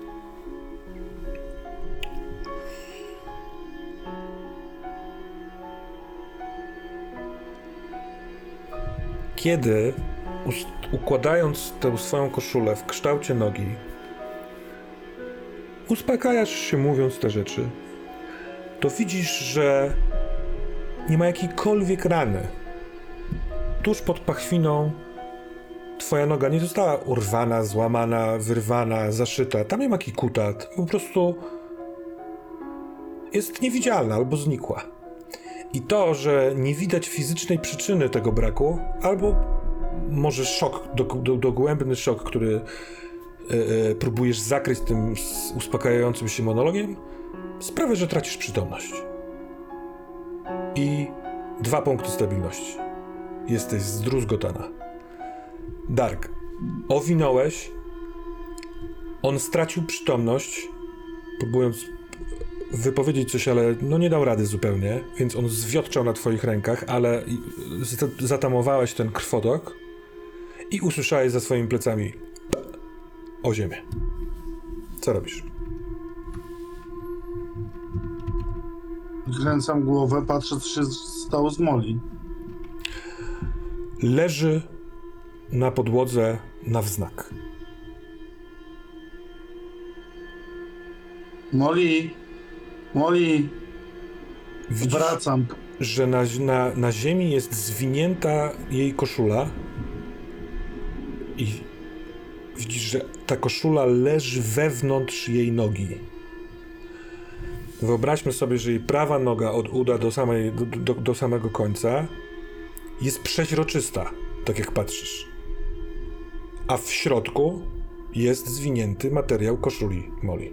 Kiedy ust- układając tę swoją koszulę w kształcie nogi, uspokajasz się mówiąc te rzeczy, to widzisz, że nie ma jakiejkolwiek rany. Tuż pod pachwiną twoja noga nie została urwana, złamana, wyrwana, zaszyta. Tam nie ma kikutat. Po prostu jest niewidzialna albo znikła. I to, że nie widać fizycznej przyczyny tego braku, albo może szok, do, do, dogłębny szok, który e, e, próbujesz zakryć tym uspokajającym się monologiem, sprawia, że tracisz przytomność. I dwa punkty stabilności. Jesteś zdruzgotana. Dark, owinąłeś, on stracił przytomność, próbując wypowiedzieć coś, ale no nie dał rady zupełnie, więc on zwiotczał na twoich rękach, ale zatamowałeś ten krwotok i usłyszałeś za swoimi plecami o ziemię. Co robisz? Kręcam głowę, patrzę, co się stało z Molly. Leży na podłodze na wznak. Molly, Molly, Widzisz, wracam. że na, na, na ziemi jest zwinięta jej koszula i widzisz, że ta koszula leży wewnątrz jej nogi. Wyobraźmy sobie, że jej prawa noga od uda do, samej, do, do, do samego końca jest przeźroczysta, tak jak patrzysz. A w środku jest zwinięty materiał koszuli Molly.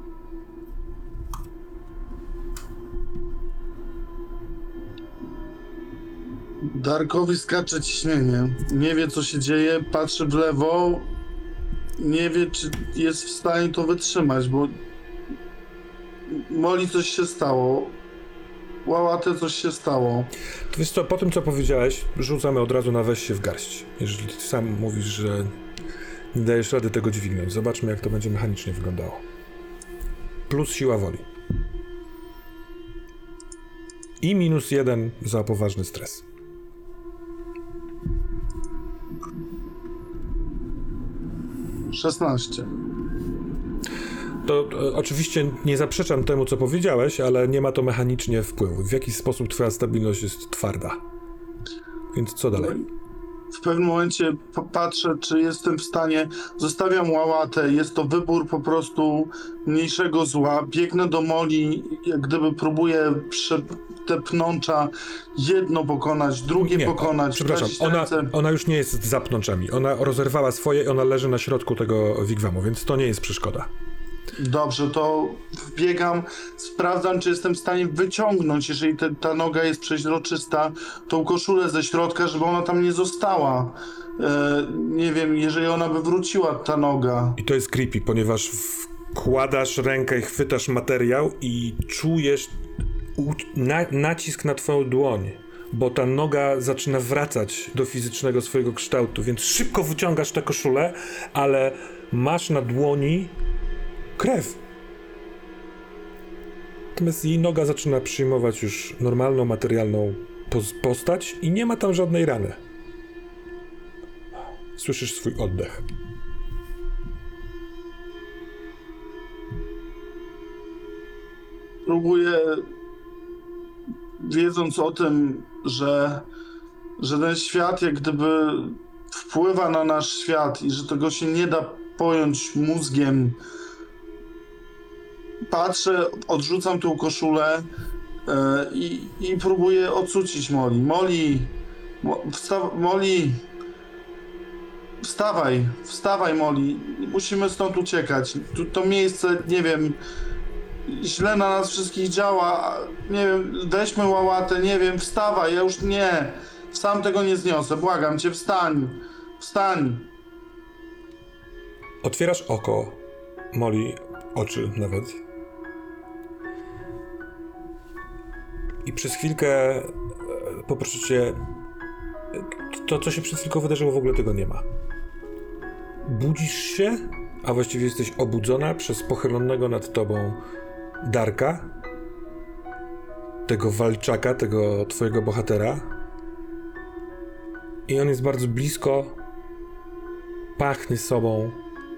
Darkowi skacze ciśnienie. Nie wie, co się dzieje, patrzy w lewo. Nie wie, czy jest w stanie to wytrzymać, bo Molly coś się stało. Łałatę coś się stało. To wiesz co, po tym co powiedziałeś, rzucamy od razu na weź się w garść. Jeżeli ty sam mówisz, że nie dajesz rady tego dźwignąć. Zobaczmy, jak to będzie mechanicznie wyglądało. Plus siła woli. I minus jeden za poważny stres. szesnaście. To e, oczywiście nie zaprzeczam temu, co powiedziałeś, ale nie ma to mechanicznie wpływu. W jaki sposób twoja stabilność jest twarda. Więc co dalej? w pewnym momencie patrzę, czy jestem w stanie, zostawiam łałatę, jest to wybór po prostu mniejszego zła, biegnę do Moli, jak gdyby próbuję prze, te pnącza jedno pokonać, drugie Nie, pokonać. przepraszam, tracić ona, ręce. ona już nie jest za pnączami. Ona rozerwała swoje i ona leży na środku tego wigwamu, więc to nie jest przeszkoda. Dobrze, to wbiegam, sprawdzam, czy jestem w stanie wyciągnąć, jeżeli te, ta noga jest przeźroczysta, tą koszulę ze środka, żeby ona tam nie została. E, nie wiem, jeżeli ona by wróciła, ta noga. I to jest creepy, ponieważ wkładasz rękę i chwytasz materiał i czujesz u, na, nacisk na twoją dłoń, bo ta noga zaczyna wracać do fizycznego swojego kształtu, więc szybko wyciągasz tę koszulę, ale masz na dłoni krew. Natomiast jej noga zaczyna przyjmować już normalną, materialną postać i nie ma tam żadnej rany. Słyszysz swój oddech. Próbuję, wiedząc o tym, że, że ten świat jak gdyby wpływa na nasz świat i że tego się nie da pojąć mózgiem, patrzę, odrzucam tą koszulę yy, i, i próbuję odsucić Moli. Moli, mo, wsta, Moli, wstawaj, wstawaj Moli, musimy stąd uciekać. Tu, to miejsce, nie wiem, źle na nas wszystkich działa, nie wiem, weźmy łałatę, nie wiem, wstawaj, ja już nie, sam tego nie zniosę, błagam cię, wstań, wstań. Otwierasz oko, Moli, oczy nawet. I przez chwilkę e, poproszę cię, to co się przed chwilką wydarzyło, w ogóle tego nie ma. Budzisz się, a właściwie jesteś obudzona przez pochylonego nad tobą Darka, tego walczaka, tego twojego bohatera. I on jest bardzo blisko, pachnie sobą.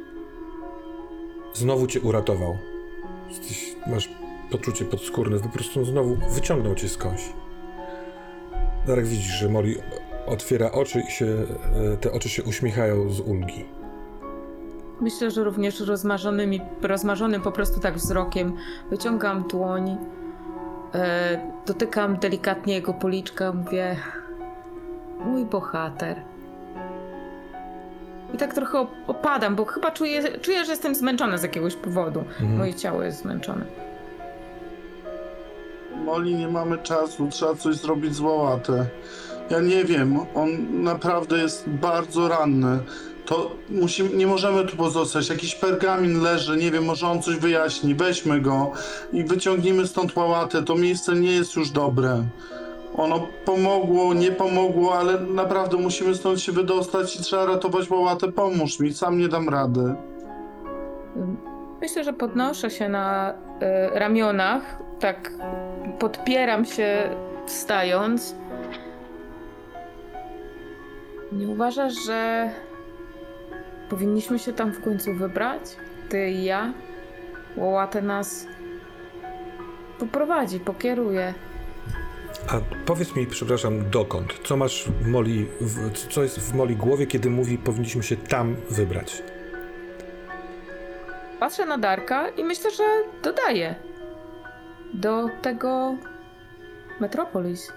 Znowu cię uratował. Jesteś, masz poczucie podskórne, po prostu on znowu wyciągnął cię skądś. Darek, widzisz, że Moli otwiera oczy i się, te oczy się uśmiechają z ulgi. Myślę, że również rozmarzonymi, rozmarzonym po prostu tak wzrokiem wyciągam dłoń, e, dotykam delikatnie jego policzka, mówię: mój bohater. I tak trochę opadam, bo chyba czuję, czuję, że jestem zmęczona z jakiegoś powodu. Mhm. Moje ciało jest zmęczone. Moli, nie mamy czasu, trzeba coś zrobić z łałatę. Ja nie wiem, on naprawdę jest bardzo ranny. To musimy, nie możemy tu pozostać. Jakiś pergamin leży, nie wiem, może on coś wyjaśni. Weźmy go i wyciągnijmy stąd łałatę. To miejsce nie jest już dobre. Ono pomogło, nie pomogło, ale naprawdę musimy stąd się wydostać i trzeba ratować łałatę. Pomóż mi, sam nie dam rady. Myślę, że podnoszę się na y, ramionach, tak podpieram się wstając. Nie uważasz, że powinniśmy się tam w końcu wybrać? Ty i ja? Łałatę nas poprowadzi, pokieruje. A powiedz mi, przepraszam, dokąd? Co masz w Moli, w, co jest w Moli głowie, kiedy mówi, powinniśmy się tam wybrać? Patrzę na Darka i myślę, że dodaję do tego Metropolis.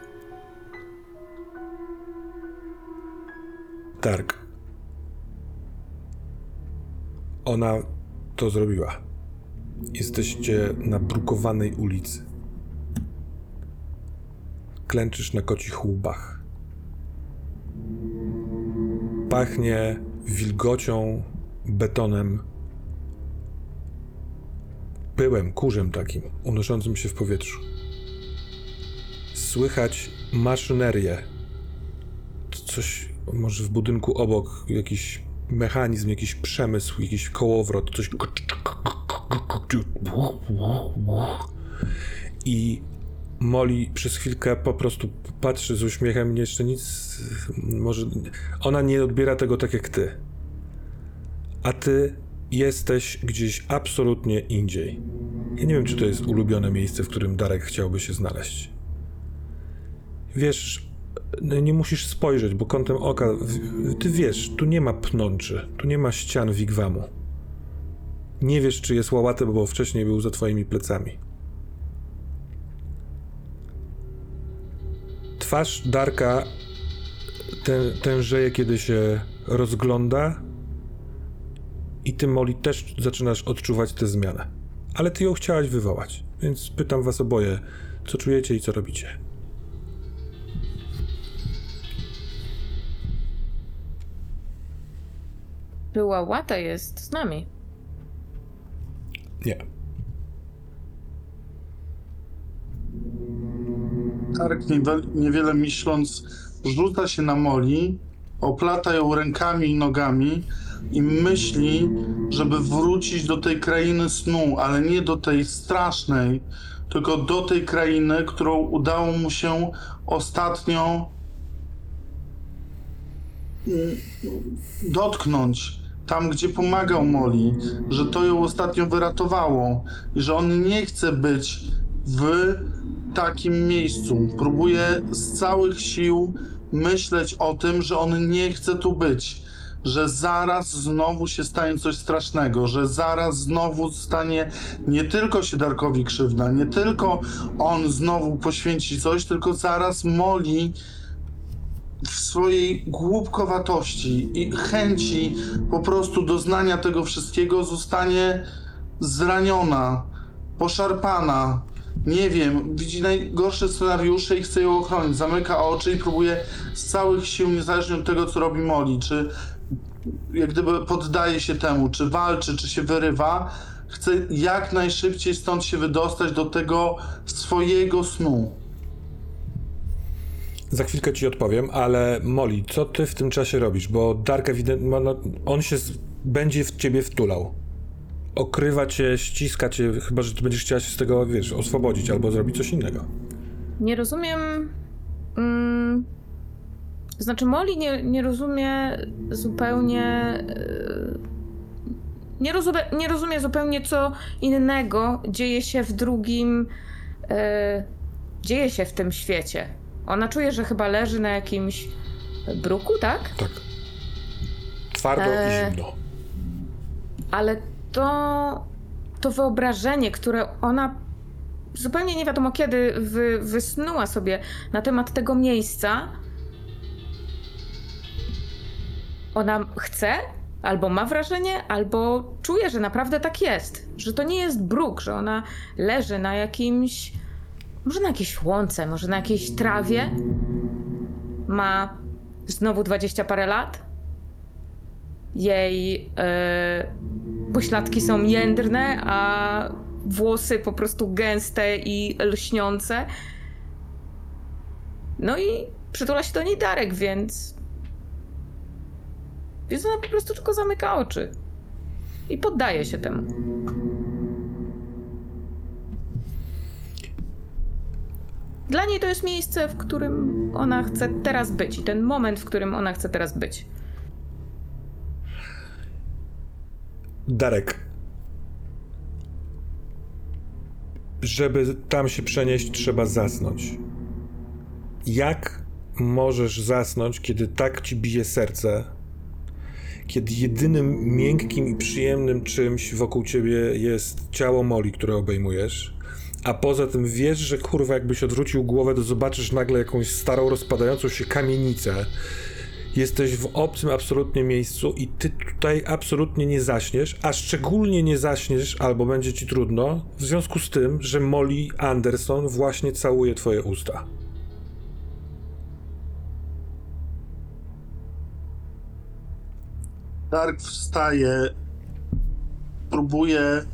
Dark. Ona to zrobiła. Jesteście na brukowanej ulicy. Klęczysz na kocich łbach. Pachnie wilgocią, betonem, pyłem, kurzem takim, unoszącym się w powietrzu. Słychać maszynerię. Coś, może w budynku obok, jakiś mechanizm, jakiś przemysł, jakiś kołowrot, coś... I Moli przez chwilkę po prostu patrzy z uśmiechem, jeszcze nic, może... Ona nie odbiera tego tak jak ty. A ty jesteś gdzieś absolutnie indziej. Ja nie wiem, czy to jest ulubione miejsce, w którym Darek chciałby się znaleźć. Wiesz, no, nie musisz spojrzeć, bo kątem oka, w- ty wiesz, tu nie ma pnączy, tu nie ma ścian wigwamu. Nie wiesz, czy jest łałaty, bo wcześniej był za twoimi plecami. Twarz Darka tę, tężeje, kiedy się rozgląda i ty, Molly, też zaczynasz odczuwać tę zmianę. Ale ty ją chciałaś wywołać, więc pytam was oboje, co czujecie i co robicie. Była łata jest z nami. Nie. Dark, niewe- niewiele myśląc, rzuca się na Molly, oplata ją rękami i nogami i myśli, żeby wrócić do tej krainy snu, ale nie do tej strasznej, tylko do tej krainy, którą udało mu się ostatnio mm, dotknąć. Tam, gdzie pomagał Molly, że to ją ostatnio wyratowało i że on nie chce być w takim miejscu. Próbuje z całych sił myśleć o tym, że on nie chce tu być, że zaraz znowu się stanie coś strasznego, że zaraz znowu stanie nie tylko się Darkowi krzywda, nie tylko on znowu poświęci coś, tylko zaraz Molly w swojej głupkowatości i chęci po prostu doznania tego wszystkiego zostanie zraniona, poszarpana. Nie wiem, widzi najgorsze scenariusze i chce ją ochronić. Zamyka oczy i próbuje z całych sił, niezależnie od tego, co robi Molly, czy jak gdyby poddaje się temu, czy walczy, czy się wyrywa, chce jak najszybciej stąd się wydostać do tego swojego snu. Za chwilkę ci odpowiem, ale Molly, co ty w tym czasie robisz? Bo Dark ewidentnie, no, on się z, będzie w ciebie wtulał. Okrywa cię, ściska cię, chyba że ty będziesz chciała się z tego, wiesz, oswobodzić albo zrobić coś innego. Nie rozumiem... Mm, znaczy Molly nie, nie rozumie zupełnie... Yy, nie, rozumie, nie rozumie zupełnie, co innego dzieje się w drugim... Yy, dzieje się w tym świecie. Ona czuje, że chyba leży na jakimś bruku, tak? Tak. Twardo Eee, i zimno. Ale to, to wyobrażenie, które ona zupełnie nie wiadomo kiedy wy, wysnuła sobie na temat tego miejsca, ona chce, albo ma wrażenie, albo czuje, że naprawdę tak jest. Że to nie jest bruk, że ona leży na jakimś, może na jakiejś łące, może na jakiejś trawie. Ma znowu dwadzieścia parę lat. Jej yy, pośladki są jędrne, a włosy po prostu gęste i lśniące. No i przytula się do niej Darek, więc... Więc ona po prostu tylko zamyka oczy. I poddaje się temu. Dla niej to jest miejsce, w którym ona chce teraz być. I ten moment, w którym ona chce teraz być. Darek. Żeby tam się przenieść, trzeba zasnąć. Jak możesz zasnąć, kiedy tak ci bije serce? Kiedy jedynym miękkim i przyjemnym czymś wokół ciebie jest ciało Molly, które obejmujesz, a poza tym wiesz, że kurwa jakbyś odwrócił głowę, to zobaczysz nagle jakąś starą, rozpadającą się kamienicę. Jesteś w obcym absolutnie miejscu i ty tutaj absolutnie nie zaśniesz, a szczególnie nie zaśniesz, albo będzie ci trudno, w związku z tym, że Molly Anderson właśnie całuje twoje usta. Dark wstaje, próbuje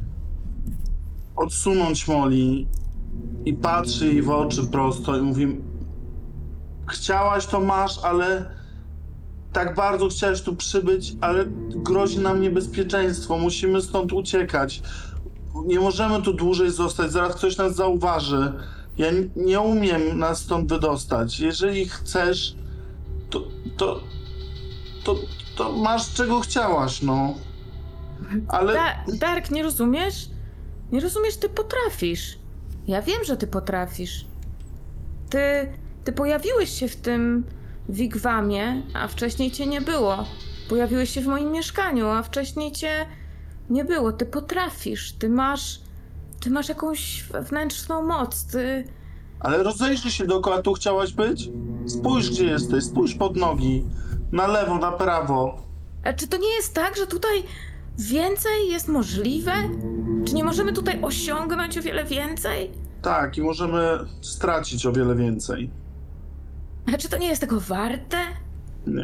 odsunąć Molly i patrzy jej w oczy prosto i mówi: chciałaś, to masz, ale tak bardzo chciałeś tu przybyć, ale grozi nam niebezpieczeństwo, musimy stąd uciekać. Nie możemy tu dłużej zostać, zaraz ktoś nas zauważy. Ja nie umiem nas stąd wydostać. Jeżeli chcesz, to, to, to, to masz czego chciałaś, no. Ale... Da- Dark, nie rozumiesz? Nie rozumiesz, ty potrafisz. Ja wiem, że ty potrafisz. Ty ty pojawiłeś się w tym wigwamie, a wcześniej cię nie było. Pojawiłeś się w moim mieszkaniu, a wcześniej cię nie było. Ty potrafisz, ty masz, ty masz jakąś wewnętrzną moc, ty... Ale rozejrzyj się dookoła, tu chciałaś być? Spójrz, gdzie jesteś, spójrz pod nogi. Na lewo, na prawo. A czy to nie jest tak, że tutaj więcej jest możliwe? Czy nie możemy tutaj osiągnąć o wiele więcej? Tak, i możemy stracić o wiele więcej. A czy to nie jest tego warte? Nie.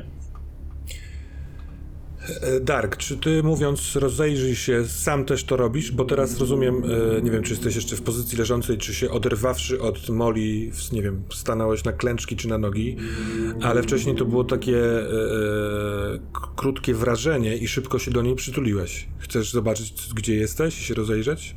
E, Dark, czy ty mówiąc rozejrzyj się, sam też to robisz? Bo teraz rozumiem, e, nie wiem, czy jesteś jeszcze w pozycji leżącej, czy się oderwawszy od Molly, w- nie wiem, stanąłeś na klęczki czy na nogi, ale wcześniej to było takie e, e, k- krótkie wrażenie i szybko się do niej przytuliłeś. Chcesz zobaczyć, gdzie jesteś i się rozejrzeć?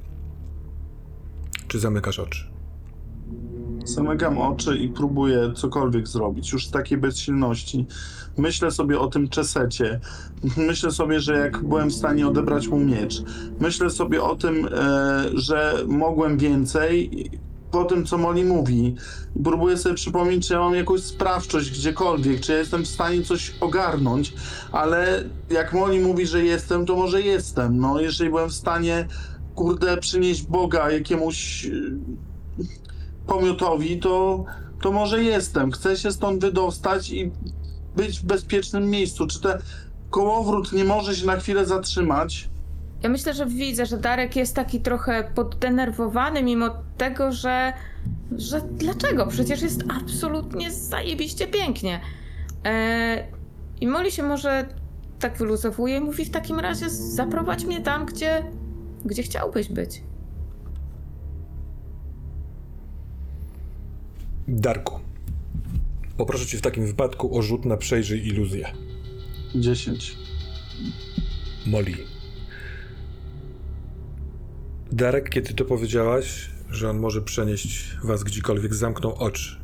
Czy zamykasz oczy? Zamykam oczy i próbuję cokolwiek zrobić, już z takiej bezsilności. Myślę sobie o tym czesecie. Myślę sobie, że jak byłem w stanie odebrać mu miecz. Myślę sobie o tym, e, że mogłem więcej po tym, co Molly mówi. Próbuję sobie przypomnieć, czy ja mam jakąś sprawczość gdziekolwiek, czy ja jestem w stanie coś ogarnąć, ale jak Molly mówi, że jestem, to może jestem. No, jeżeli byłem w stanie, kurde, przynieść Boga jakiemuś pomiotowi, to, to może jestem. Chcę się stąd wydostać i być w bezpiecznym miejscu. Czy ten kołowrót nie może się na chwilę zatrzymać? Ja myślę, że widzę, że Darek jest taki trochę poddenerwowany, mimo tego, że... że dlaczego? Przecież jest absolutnie zajebiście pięknie. Eee, I Molly się może tak wyluzowuje i mówi: w takim razie zaprowadź mnie tam, gdzie, gdzie chciałbyś być. Darku, poproszę cię w takim wypadku o rzut na przejrzyj iluzję. Dziesięć. Molly. Darek, kiedy to powiedziałaś, że on może przenieść was gdziekolwiek, zamknął oczy.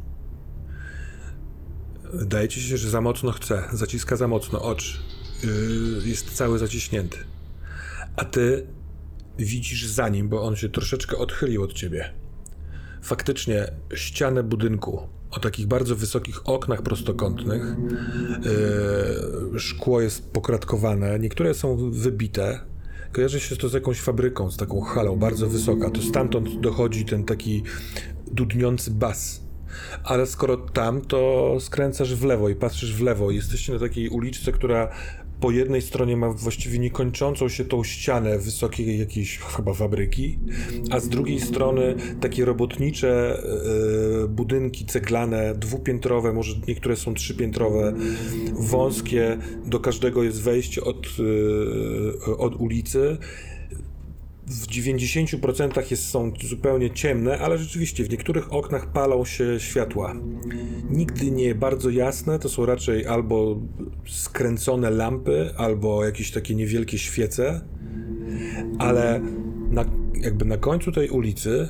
Wydaje ci się, że za mocno chce, zaciska za mocno oczy. Yy, jest cały zaciśnięty. A ty widzisz za nim, bo on się troszeczkę odchylił od ciebie. Faktycznie ścianę budynku o takich bardzo wysokich oknach prostokątnych. Yy, szkło jest pokratkowane, niektóre są wybite. Kojarzy się to z jakąś fabryką, z taką halą, bardzo wysoka. To stamtąd dochodzi ten taki dudniący bas. Ale skoro tam, to skręcasz w lewo i patrzysz w lewo. Jesteście na takiej uliczce, która po jednej stronie ma właściwie niekończącą się tą ścianę wysokiej jakiejś chyba fabryki, a z drugiej strony takie robotnicze e, budynki ceglane, dwupiętrowe, może niektóre są trzypiętrowe, wąskie, do każdego jest wejście od, e, od ulicy. W dziewięćdziesięciu procentach jest, są zupełnie ciemne, ale rzeczywiście w niektórych oknach palą się światła. Nigdy nie bardzo jasne, to są raczej albo skręcone lampy, albo jakieś takie niewielkie świece, ale na, jakby na końcu tej ulicy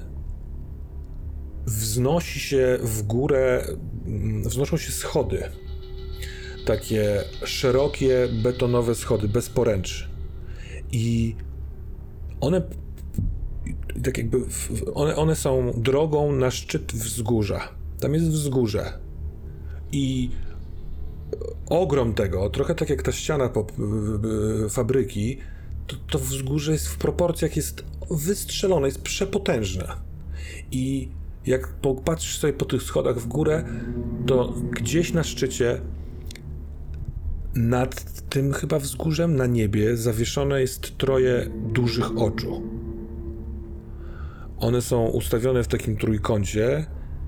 wznosi się w górę, wznoszą się schody. Takie szerokie, betonowe schody, bez poręczy. I One, tak jakby, one, one są drogą na szczyt wzgórza. Tam jest wzgórze. I ogrom tego, trochę tak jak ta ściana po, fabryki, to, to wzgórze jest w proporcjach, jest wystrzelone, jest przepotężne. I jak popatrzysz sobie po tych schodach w górę, to gdzieś na szczycie, nad tym chyba wzgórzem na niebie zawieszone jest troje dużych oczu. One są ustawione w takim trójkącie,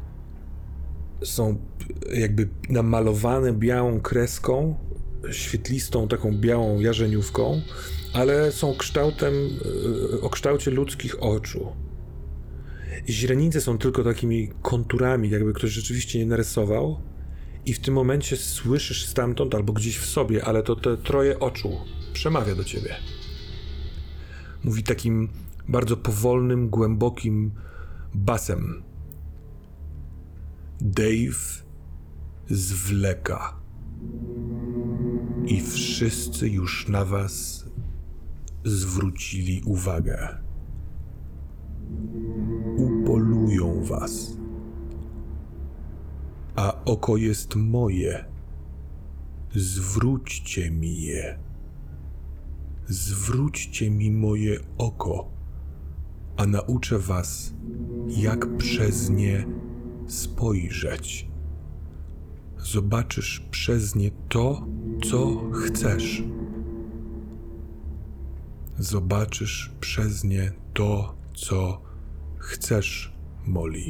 są jakby namalowane białą kreską, świetlistą taką białą jarzeniówką, ale są kształtem, o kształcie ludzkich oczu. Źrenice są tylko takimi konturami, jakby ktoś rzeczywiście je narysował. I w tym momencie słyszysz stamtąd, albo gdzieś w sobie, ale to te troje oczu przemawia do ciebie. Mówi takim bardzo powolnym, głębokim basem. Dave zwleka. I wszyscy już na was zwrócili uwagę. Upolują was. a oko jest moje. Zwróćcie mi je. Zwróćcie mi moje oko, a nauczę was, jak przez nie spojrzeć. Zobaczysz przez nie to, co chcesz. Zobaczysz przez nie to, co chcesz, Molly.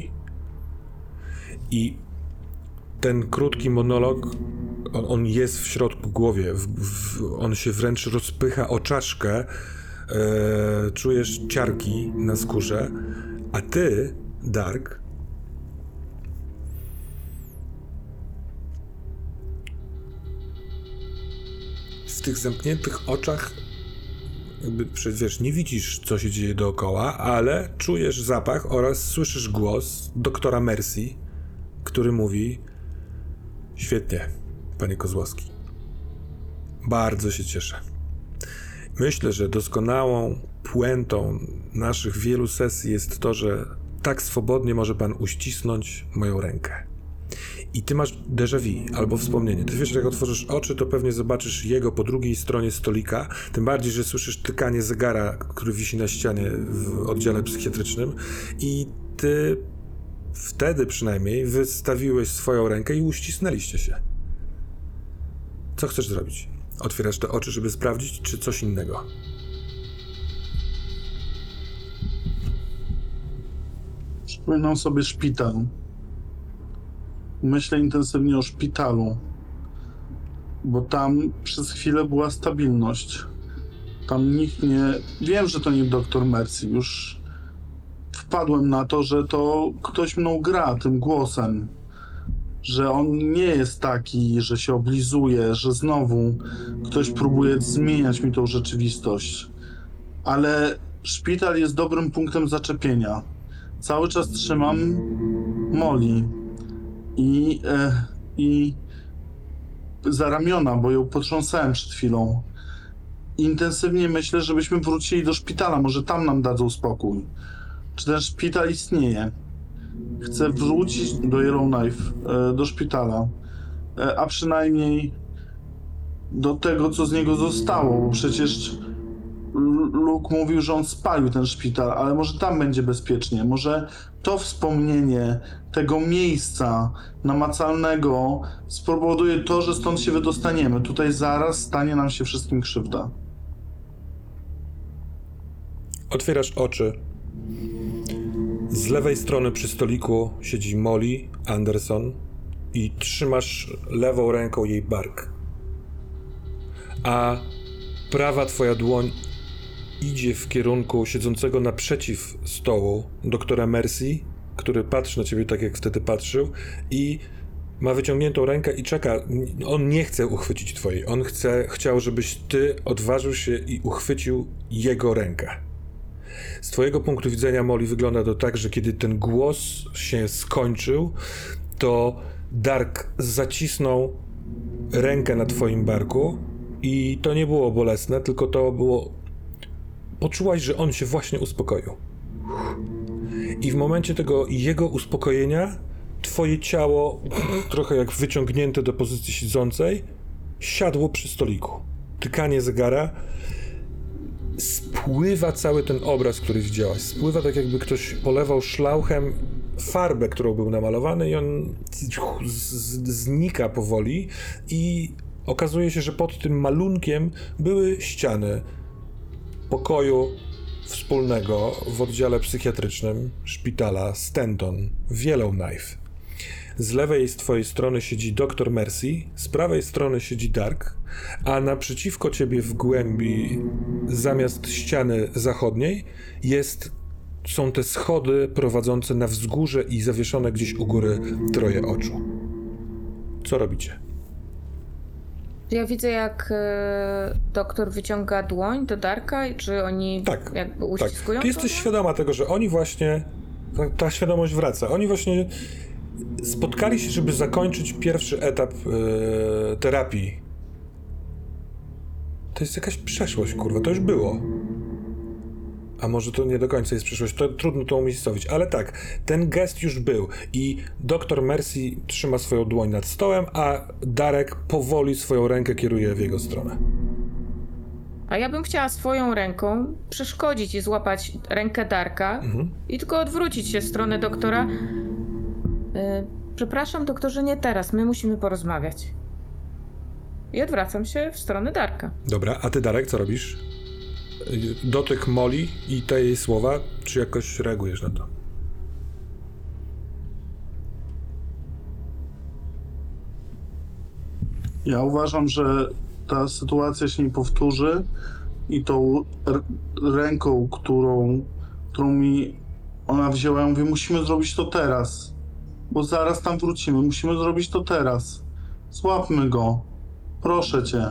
I ten krótki monolog, on, on jest w środku głowy, w, w, on się wręcz rozpycha o czaszkę, e, czujesz ciarki na skórze, a ty, Dark, w tych zamkniętych oczach jakby, wiesz, nie widzisz, co się dzieje dookoła, ale czujesz zapach oraz słyszysz głos doktora Mercy, który mówi: świetnie, panie Kozłowski. Bardzo się cieszę. Myślę, że doskonałą puentą naszych wielu sesji jest to, że tak swobodnie może pan uścisnąć moją rękę. I ty masz déjà vu, albo wspomnienie. Ty wiesz, że jak otworzysz oczy, to pewnie zobaczysz jego po drugiej stronie stolika, tym bardziej, że słyszysz tykanie zegara, który wisi na ścianie w oddziale psychiatrycznym i ty wtedy przynajmniej wystawiłeś swoją rękę i uścisnęliście się. Co chcesz zrobić? Otwierasz te oczy, żeby sprawdzić, czy coś innego? Przypominam sobie szpital. Myślę intensywnie o szpitalu, bo tam przez chwilę była stabilność. Tam nikt nie... Wiem, że to nie doktor Mercy. Już wpadłem na to, że to ktoś mną gra tym głosem. Że on nie jest taki, że się oblizuje, że znowu ktoś próbuje zmieniać mi tą rzeczywistość. Ale szpital jest dobrym punktem zaczepienia. Cały czas trzymam Molly i, e, i za ramiona, bo ją potrząsałem przed chwilą. Intensywnie myślę, żebyśmy wrócili do szpitala, może tam nam dadzą spokój. Czy ten szpital istnieje? Chcę wrócić do Yellowknife, e, do szpitala, e, a przynajmniej do tego, co z niego zostało, bo przecież Luke mówił, że on spalił ten szpital, ale może tam będzie bezpiecznie. Może to wspomnienie tego miejsca namacalnego spowoduje to, że stąd się wydostaniemy. Tutaj zaraz stanie nam się wszystkim krzywda. Otwierasz oczy. Z lewej strony przy stoliku siedzi Molly Anderson i trzymasz lewą ręką jej bark. A prawa twoja dłoń idzie w kierunku siedzącego naprzeciw stołu doktora Mercy, który patrzy na ciebie tak, jak wtedy patrzył i ma wyciągniętą rękę i czeka. On nie chce uchwycić twojej. On chce, chciał, żebyś ty odważył się i uchwycił jego rękę. Z twojego punktu widzenia, Molly, wygląda to tak, że kiedy ten głos się skończył, to Dark zacisnął rękę na twoim barku i to nie było bolesne, tylko to było... Poczułaś, że on się właśnie uspokoił. I w momencie tego jego uspokojenia twoje ciało, trochę jak wyciągnięte do pozycji siedzącej, siadło przy stoliku. Tykanie zegara. Spływa cały ten obraz, który widziałaś. Spływa tak, jakby ktoś polewał szlauchem farbę, którą był namalowany i on z- znika powoli i okazuje się, że pod tym malunkiem były ściany pokoju wspólnego w oddziale psychiatrycznym szpitala Stanton w Yellowknife. Z lewej z twojej strony siedzi doktor Mercy, z prawej strony siedzi Dark, a naprzeciwko ciebie w głębi, zamiast ściany zachodniej, jest, są te schody prowadzące na wzgórze i zawieszone gdzieś u góry troje oczu. Co robicie? Ja widzę, jak e, doktor wyciąga dłoń do Darka, czy oni Tak, jakby uściskują? tak. Ty jesteś to? świadoma tego, że oni właśnie, ta, ta świadomość wraca. Oni właśnie spotkali się, żeby zakończyć pierwszy etap e, terapii. To jest jakaś przeszłość, kurwa, to już było. a może to nie do końca jest przyszłość, to trudno to umiejscowić, ale tak, ten gest już był i doktor Mercy trzyma swoją dłoń nad stołem, a Darek powoli swoją rękę kieruje w jego stronę. A ja bym chciała swoją ręką przeszkodzić i złapać rękę Darka Mhm. i tylko odwrócić się w stronę doktora. E, przepraszam, doktorze, nie teraz, my musimy porozmawiać. I odwracam się w stronę Darka. Dobra, a ty, Darek, co robisz? Dotyk Molly i te jej słowa, czy jakoś reagujesz na to? Ja uważam, że ta sytuacja się nie powtórzy i tą r- ręką, którą, którą mi ona wzięła, ja mówię, musimy zrobić to teraz, bo zaraz tam wrócimy, musimy zrobić to teraz. Złapmy go, proszę cię.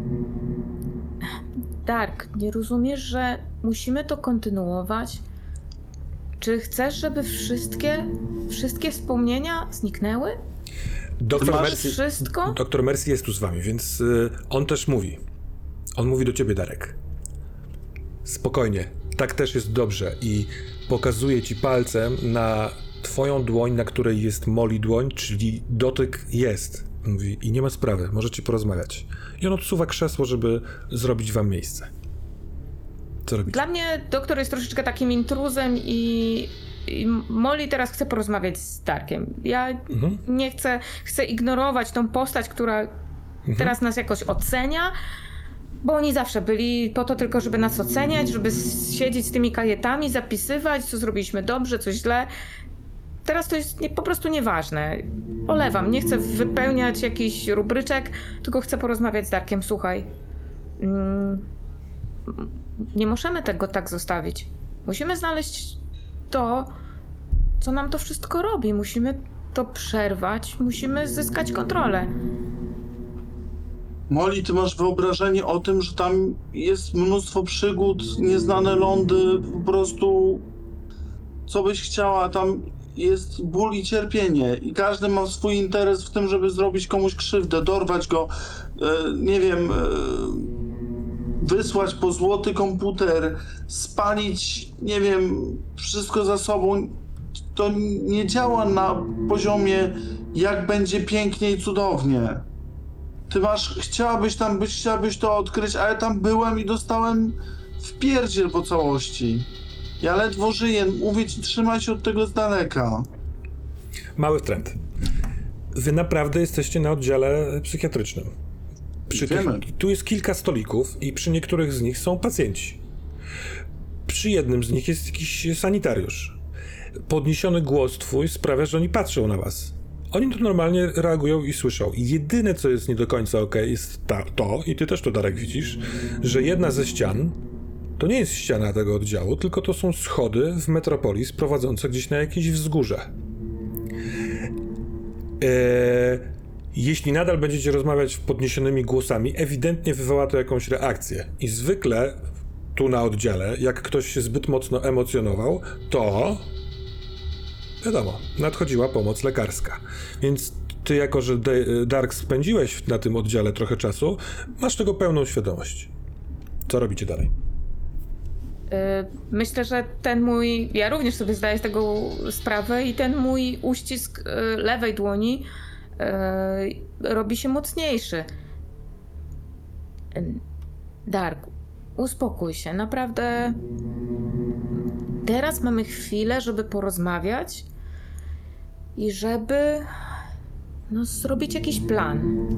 Dark, nie rozumiesz, że musimy to kontynuować? Czy chcesz, żeby wszystkie, wszystkie wspomnienia zniknęły? Doktor Masz Mercy, wszystko? doktor Mercy jest tu z wami, więc y, on też mówi. On mówi do ciebie, Darek. Spokojnie, tak też jest dobrze i pokazuje ci palcem na twoją dłoń, na której jest Molly dłoń, czyli dotyk jest. Mówi, i nie ma sprawy, możecie porozmawiać. I on odsuwa krzesło, żeby zrobić wam miejsce. Co robicie? Dla mnie doktor jest troszeczkę takim intruzem i, i Molly teraz chce porozmawiać z Darkiem. Ja Mhm. nie chcę, chcę ignorować tą postać, która Mhm. teraz nas jakoś ocenia, bo oni zawsze byli po to tylko, żeby nas oceniać, żeby siedzieć z tymi kajetami, zapisywać, co zrobiliśmy dobrze, co źle. Teraz to jest nie, po prostu nieważne. Olewam, nie chcę wypełniać jakichś rubryczek, tylko chcę porozmawiać z Darkiem. Słuchaj, mm, nie możemy tego tak zostawić. Musimy znaleźć to, co nam to wszystko robi. Musimy to przerwać, musimy zyskać kontrolę. Molly, ty masz wyobrażenie o tym, że tam jest mnóstwo przygód, nieznane lądy, po prostu co byś chciała, tam jest ból i cierpienie i każdy ma swój interes w tym, żeby zrobić komuś krzywdę, dorwać go, e, nie wiem, e, wysłać po złoty komputer, spalić, nie wiem, wszystko za sobą. To nie działa na poziomie jak będzie pięknie i cudownie. Ty masz, chciałabyś tam być, chciałabyś to odkryć, a ja tam byłem i dostałem wpierdziel po całości. Ja ledwo żyję, mówię ci, trzymaj się od tego z daleka. Mały trend. Wy naprawdę jesteście na oddziale psychiatrycznym. Przy tych, Wiemy. tu jest kilka stolików i przy niektórych z nich są pacjenci. Przy jednym z nich jest jakiś sanitariusz. Podniesiony głos twój sprawia, że oni patrzą na was. Oni to normalnie reagują i słyszą. I jedyne, co jest nie do końca okej, jest ta, to, i ty też to, Darek, widzisz, że jedna ze ścian to nie jest ściana tego oddziału, tylko to są schody w Metropolis prowadzące gdzieś na jakieś wzgórze. Eee, jeśli nadal będziecie rozmawiać podniesionymi głosami, ewidentnie wywoła to jakąś reakcję. I zwykle tu na oddziale, jak ktoś się zbyt mocno emocjonował, to wiadomo, nadchodziła pomoc lekarska. Więc ty, jako że De- Dark spędziłeś na tym oddziale trochę czasu, masz tego pełną świadomość. Co robicie dalej? Myślę, że ten mój, ja również sobie zdaję z tego sprawę i ten mój uścisk y, lewej dłoni y, robi się mocniejszy. Y, Dark, uspokój się, naprawdę. Teraz mamy chwilę, żeby porozmawiać i żeby no, zrobić jakiś plan.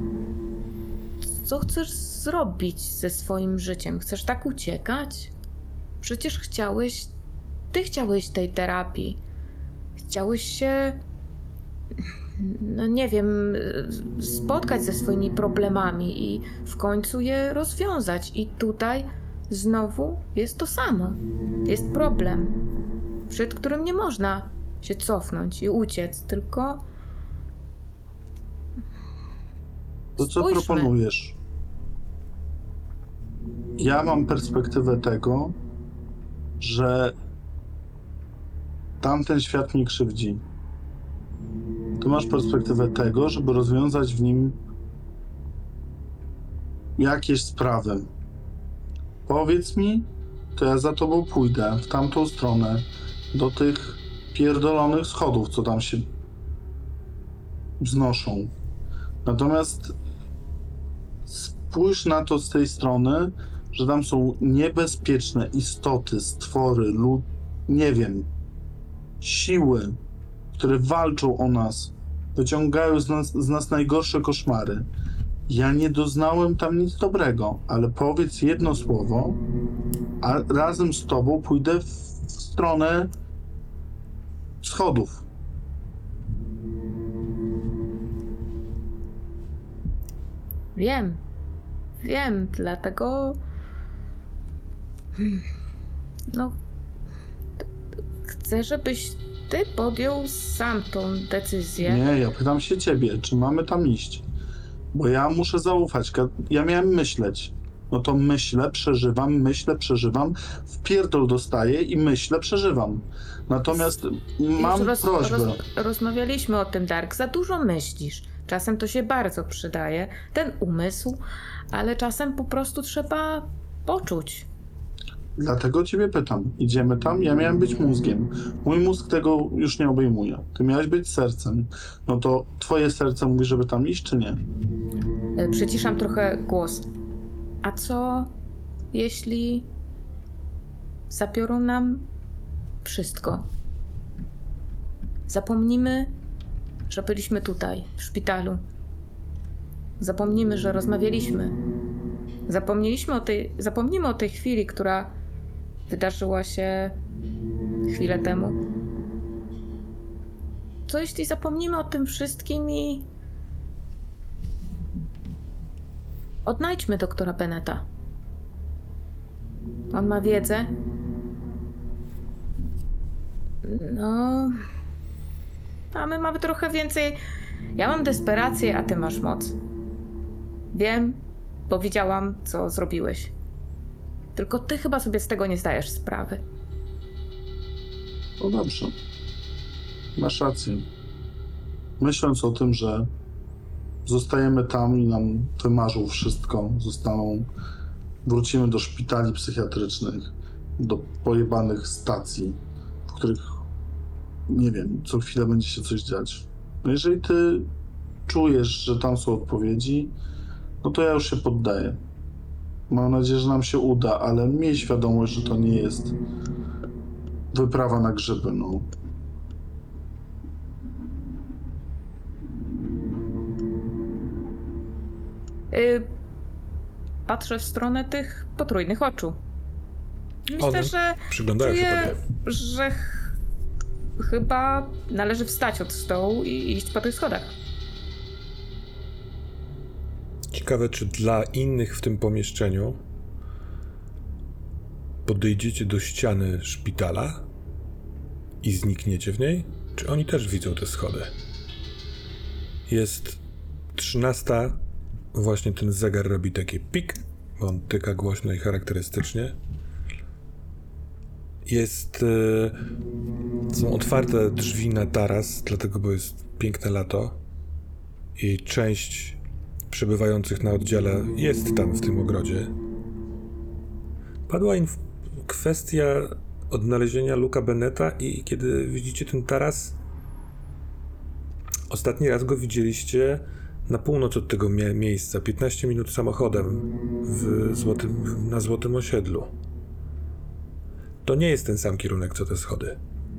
Co chcesz zrobić ze swoim życiem? Chcesz tak uciekać? Przecież chciałeś, ty chciałeś tej terapii. Chciałeś się, no nie wiem, spotkać ze swoimi problemami i w końcu je rozwiązać. I tutaj znowu jest to samo. Jest problem, przed którym nie można się cofnąć i uciec, tylko To co spójrzmy. proponujesz? Ja mam perspektywę tego, że tamten świat mnie krzywdzi. Ty masz perspektywę tego, żeby rozwiązać w nim jakieś sprawy. Powiedz mi, to ja za tobą pójdę w tamtą stronę, do tych pierdolonych schodów, co tam się wznoszą. Natomiast spójrz na to z tej strony, że tam są niebezpieczne istoty, stwory, lud... nie wiem, siły, które walczą o nas, wyciągają z nas, z nas najgorsze koszmary. Ja nie doznałem tam nic dobrego, ale powiedz jedno słowo, a razem z tobą pójdę w, w stronę schodów. Wiem. Wiem, dlatego... Hmm. No... Chcę, żebyś ty podjął sam tą decyzję. Nie, ja pytam się ciebie, czy mamy tam iść? Bo ja muszę zaufać. Ka- Ja miałem myśleć. No to myślę, przeżywam, myślę, przeżywam, wpierdol dostaję i myślę, przeżywam. Natomiast mam Już roz, prośbę. roz, rozmawialiśmy o tym, Dark. Za dużo myślisz. Czasem to się bardzo przydaje, ten umysł, ale czasem po prostu trzeba poczuć. Dlatego ciebie pytam. Idziemy tam? Ja miałem być mózgiem. Mój mózg tego już nie obejmuje. Ty miałeś być sercem. No to twoje serce mówi, żeby tam iść, czy nie? E, Przyciszam trochę głos. A co, jeśli zabiorą nam wszystko? Zapomnimy, że byliśmy tutaj, w szpitalu. Zapomnimy, że rozmawialiśmy. Zapomnieliśmy o tej, zapomnimy o tej chwili, która wydarzyła się chwilę temu. Co jeśli zapomnimy o tym wszystkim i odnajdźmy doktora Beneta. On ma wiedzę. No... A my mamy trochę więcej... Ja mam desperację, a ty masz moc. Wiem, bo widziałam, co zrobiłeś. Tylko ty chyba sobie z tego nie zdajesz sprawy. No dobrze. Masz rację. Myśląc o tym, że zostajemy tam i nam wymarzą wszystko, zostaną, wrócimy do szpitali psychiatrycznych, do pojebanych stacji, w których, nie wiem, co chwilę będzie się coś dziać. No jeżeli ty czujesz, że tam są odpowiedzi, no to ja już się poddaję. Mam nadzieję, że nam się uda, ale miej świadomość, że to nie jest wyprawa na grzyby, no. Yy, patrzę w stronę tych potrójnych oczu. Myślę, One że przyglądają się czuję, tobie. że ch- chyba należy wstać od stołu i iść po tych schodach. Ciekawe, czy dla innych w tym pomieszczeniu podejdziecie do ściany szpitala i znikniecie w niej? Czy oni też widzą te schody? Jest trzynasta, właśnie ten zegar robi takie pik, bo on tyka głośno i charakterystycznie. Jest... Yy, są otwarte drzwi na taras, dlatego, bo jest piękne lato i część przebywających na oddziale jest tam w tym ogrodzie. Padła inf- kwestia odnalezienia Luca Beneta i kiedy widzicie ten taras, ostatni raz go widzieliście na północ od tego mie- miejsca, piętnaście minut samochodem w złotym, na Złotym Osiedlu. To nie jest ten sam kierunek, co te schody.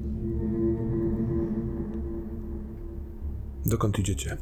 Dokąd idziecie?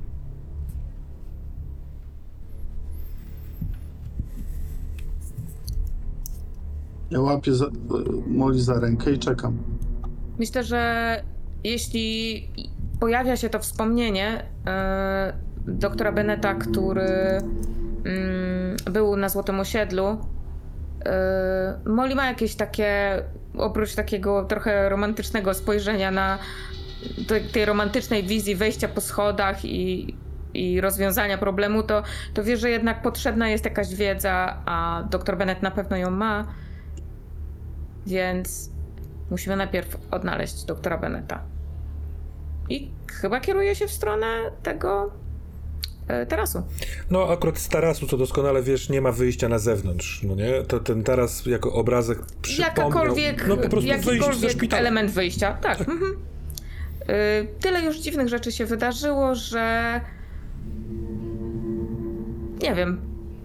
Ja łapię za, Molly za rękę i czekam. Myślę, że jeśli pojawia się to wspomnienie e, doktora Beneta, który mm, był na Złotym Osiedlu, e, Molly ma jakieś takie, oprócz takiego trochę romantycznego spojrzenia na te, tej romantycznej wizji wejścia po schodach i, i rozwiązania problemu, to, to wie, że jednak potrzebna jest jakaś wiedza, a doktor Bennet na pewno ją ma, więc musimy najpierw odnaleźć doktora Beneta. I chyba kieruje się w stronę tego e, tarasu. No akurat z tarasu, co doskonale wiesz, nie ma wyjścia na zewnątrz, no nie? To ten taras jako obrazek przypomniał... Jakakolwiek, no po prostu wyjść ze jakikolwiek szpitala. element wyjścia, tak. Mhm. Y, tyle już dziwnych rzeczy się wydarzyło, że nie wiem.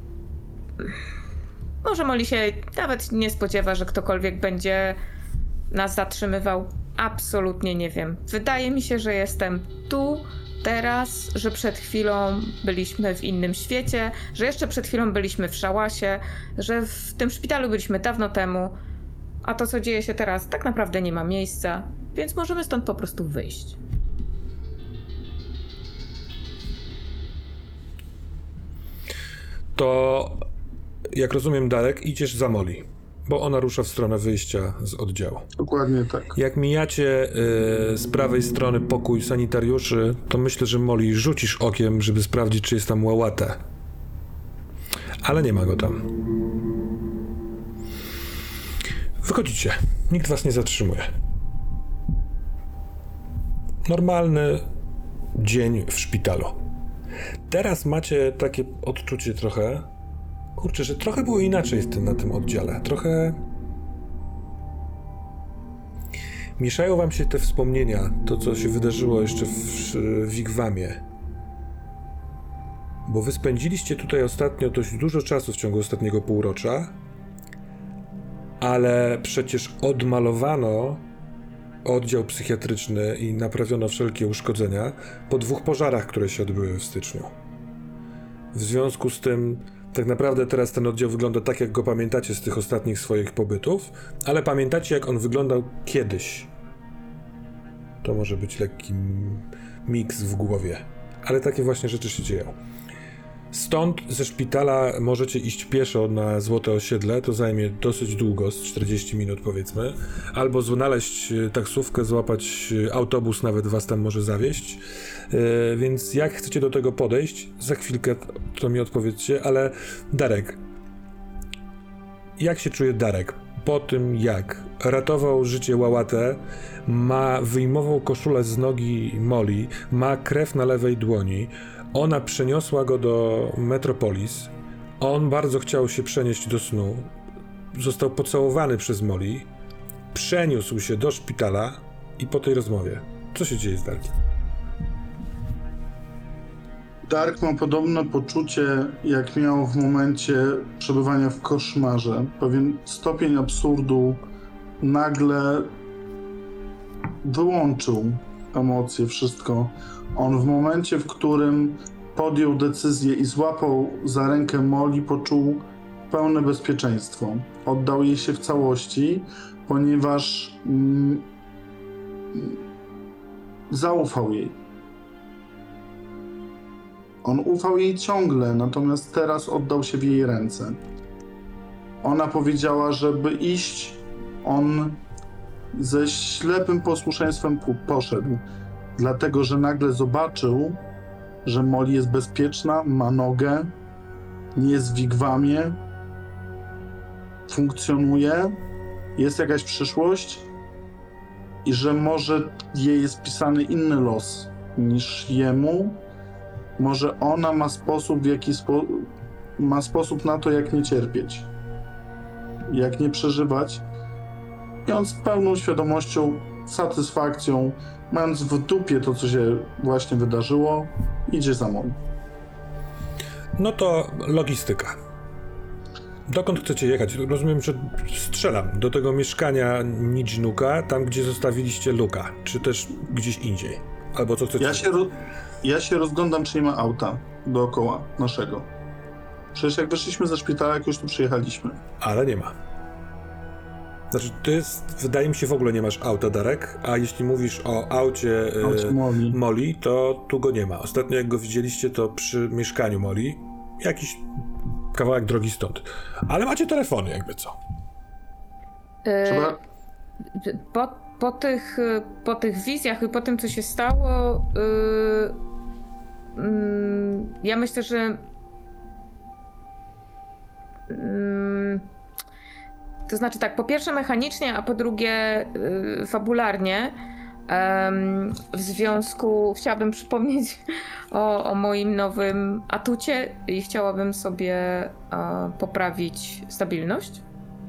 Może Molly się nawet nie spodziewa, że ktokolwiek będzie nas zatrzymywał. Absolutnie nie wiem. Wydaje mi się, że jestem tu, teraz, że przed chwilą byliśmy w innym świecie, że jeszcze przed chwilą byliśmy w szałasie, że w tym szpitalu byliśmy dawno temu, a to, co dzieje się teraz, tak naprawdę nie ma miejsca, więc możemy stąd po prostu wyjść. To, jak rozumiem, Darek, idziesz za Molly, bo ona rusza w stronę wyjścia z oddziału. Dokładnie tak. Jak mijacie y, z prawej strony pokój sanitariuszy, to myślę, że Molly rzucisz okiem, żeby sprawdzić, czy jest tam Łałatę. Ale nie ma go tam. Wychodzicie. Nikt was nie zatrzymuje. Normalny dzień w szpitalu. Teraz macie takie odczucie trochę, kurczę, że trochę było inaczej w tym, na tym oddziale. Trochę mieszają wam się te wspomnienia, to co się wydarzyło jeszcze w Wigwamie. Bo wy spędziliście tutaj ostatnio dość dużo czasu w ciągu ostatniego półrocza, ale przecież odmalowano oddział psychiatryczny i naprawiono wszelkie uszkodzenia po dwóch pożarach, które się odbyły w styczniu. W związku z tym tak naprawdę teraz ten oddział wygląda tak, jak go pamiętacie z tych ostatnich swoich pobytów, ale pamiętacie, jak on wyglądał kiedyś. To może być lekki miks w głowie, ale takie właśnie rzeczy się dzieją. Stąd ze szpitala możecie iść pieszo na Złote Osiedle, to zajmie dosyć długo, z czterdzieści minut powiedzmy, albo znaleźć taksówkę, złapać autobus, nawet was tam może zawieźć, yy, więc jak chcecie do tego podejść, za chwilkę to mi odpowiedzcie, ale Darek, jak się czuje Darek po tym, jak ratował życie Łałatę, ma wyjmował koszulę z nogi Molly, ma krew na lewej dłoni, ona przeniosła go do Metropolis. On bardzo chciał się przenieść do snu. Został pocałowany przez Molly. Przeniósł się do szpitala i po tej rozmowie. Co się dzieje z Darkiem? Dark ma podobne poczucie, jak miał w momencie przebywania w koszmarze. Pewien stopień absurdu nagle wyłączył emocje, wszystko. On w momencie, w którym podjął decyzję i złapał za rękę Molly, poczuł pełne bezpieczeństwo. Oddał jej się w całości, ponieważ mm, zaufał jej. On ufał jej ciągle, natomiast teraz oddał się w jej ręce. Ona powiedziała, żeby iść, on ze ślepym posłuszeństwem poszedł. Dlatego, że nagle zobaczył, że Molly jest bezpieczna, ma nogę, nie jest w wigwamie, funkcjonuje, jest jakaś przyszłość i że może jej jest pisany inny los niż jemu. Może ona ma sposób, w jaki spo... ma sposób na to, jak nie cierpieć, jak nie przeżywać. I on z pełną świadomością, satysfakcją, mając w dupie to, co się właśnie wydarzyło, idzie za mną. No to logistyka. Dokąd chcecie jechać? Rozumiem, że strzelam do tego mieszkania Nidżnuka, tam gdzie zostawiliście Luka, czy też gdzieś indziej. Albo co chcecie? Ja się, ro... ja się rozglądam, czy nie ma auta dookoła naszego. Przecież jak wyszliśmy ze szpitala, jakoś tu przyjechaliśmy. Ale nie ma. Znaczy, to jest, wydaje mi się, w ogóle nie masz auta, Darek, a jeśli mówisz o aucie, Aucie e, Molly. Molly, to tu go nie ma. Ostatnio jak go widzieliście, to przy mieszkaniu Molly, jakiś kawałek drogi stąd. Ale macie telefony, jakby co. Trzeba... Yy, po, po, tych, po tych wizjach i po tym, co się stało, yy, yy, ja myślę, że yy, to znaczy tak, po pierwsze mechanicznie, a po drugie yy, fabularnie, Em, w związku chciałabym przypomnieć o, o moim nowym atucie i chciałabym sobie e, poprawić stabilność.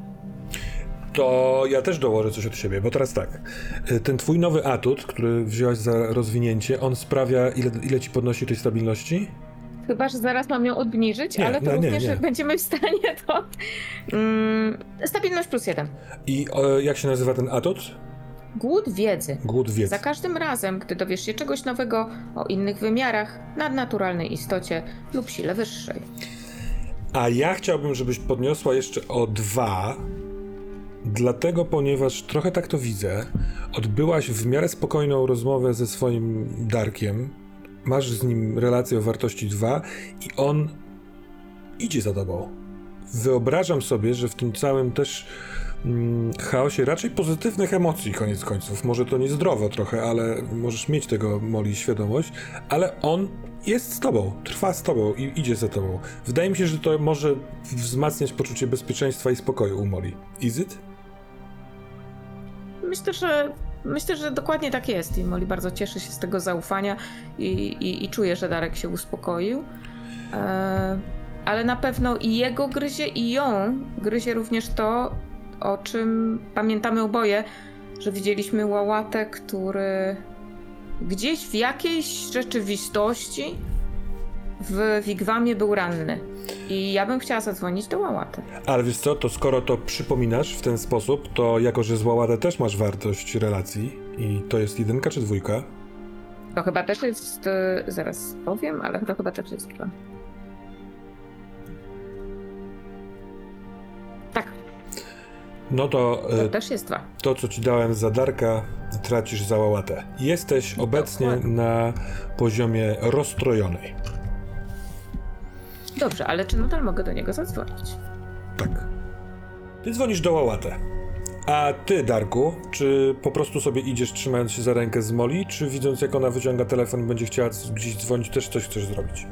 To ja też dołożę coś od siebie, bo teraz tak. Ten twój nowy atut, który wziąłeś za rozwinięcie, on sprawia, ile, ile ci podnosi tej stabilności? Chyba, że zaraz mam ją obniżyć, Nie, ale to no nie, również nie. jak będziemy w stanie, to mm, stabilność plus jeden. I o, jak się nazywa ten atut? Głód wiedzy. Głód wiedzy. Za każdym razem, gdy dowiesz się czegoś nowego o innych wymiarach, nadnaturalnej istocie lub sile wyższej. A ja chciałbym, żebyś podniosła jeszcze o dwa, dlatego, ponieważ trochę tak to widzę, odbyłaś w miarę spokojną rozmowę ze swoim Darkiem, masz z nim relację o wartości dwa i on idzie za tobą. Wyobrażam sobie, że w tym całym też mm, chaosie raczej pozytywnych emocji, koniec końców, może to niezdrowo trochę, ale możesz mieć tego, Molly, świadomość, ale on jest z tobą, trwa z tobą i idzie za tobą. Wydaje mi się, że to może wzmacniać poczucie bezpieczeństwa i spokoju u Molly. Is it? Myślę, że myślę, że dokładnie tak jest i Molly bardzo cieszy się z tego zaufania i, i, i czuje, że Darek się uspokoił. E, ale na pewno i jego gryzie, i ją gryzie również to, o czym pamiętamy oboje, że widzieliśmy Łałatę, który gdzieś w jakiejś rzeczywistości w Wigwamie był ranny. I ja bym chciała zadzwonić do Łałaty. Ale wiesz co, to skoro to przypominasz w ten sposób, to jako, że z Łałatę też masz wartość relacji i to jest jedynka czy dwójka? To chyba też jest, e, zaraz powiem, ale to chyba też jest dwa. Tak, No to, to e, też jest dwa. to, co ci dałem za Darka, tracisz za Łałatę. Jesteś obecnie Dokładnie. na poziomie rozstrojonej. Dobrze, ale czy nadal mogę do niego zadzwonić? Tak. Ty dzwonisz do Łałatę. A ty, Darku, czy po prostu sobie idziesz trzymając się za rękę z Molly, czy widząc jak ona wyciąga telefon i będzie chciała gdzieś dzwonić, też coś chcesz zrobić?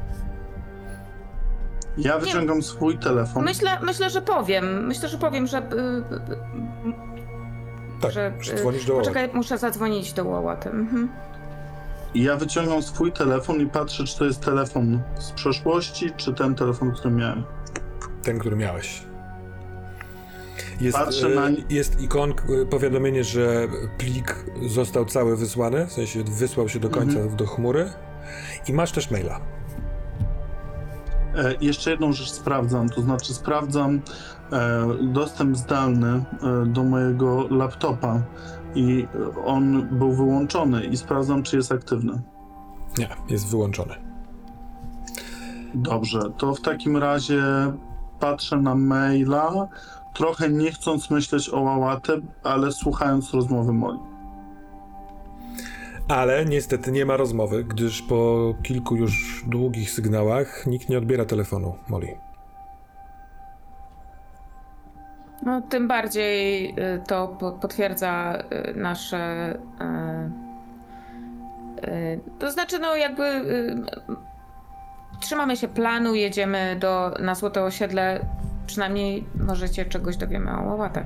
Ja wyciągam swój telefon. Myślę, myślę, że powiem. Myślę, że powiem, że... y, y, y, Tak, że, że y, dzwonisz do Łałaty. Poczekaj, muszę zadzwonić do Łałaty. Mhm. I ja wyciągam swój telefon i patrzę, czy to jest telefon z przeszłości, czy ten telefon, który miałem. Ten, który miałeś. Jest, Patrzę e, na- jest ikon, e, powiadomienie, że plik został cały wysłany, w sensie wysłał się do końca Mhm. do chmury i masz też maila. E, jeszcze jedną rzecz sprawdzam, to znaczy sprawdzam e, dostęp zdalny e, do mojego laptopa i on był wyłączony i sprawdzam, czy jest aktywny. Nie, jest wyłączony. Dobrze, to w takim razie patrzę na maila, trochę nie chcąc myśleć o Łałatę, ale słuchając rozmowy Molly. Ale niestety nie ma rozmowy, gdyż po kilku już długich sygnałach nikt nie odbiera telefonu Molly. No, tym bardziej y, to po- potwierdza y, nasze... y, y, to znaczy, no jakby... y, trzymamy się planu, jedziemy do, na Złote Osiedle. Przynajmniej możecie czegoś dowiemy o Łałatę.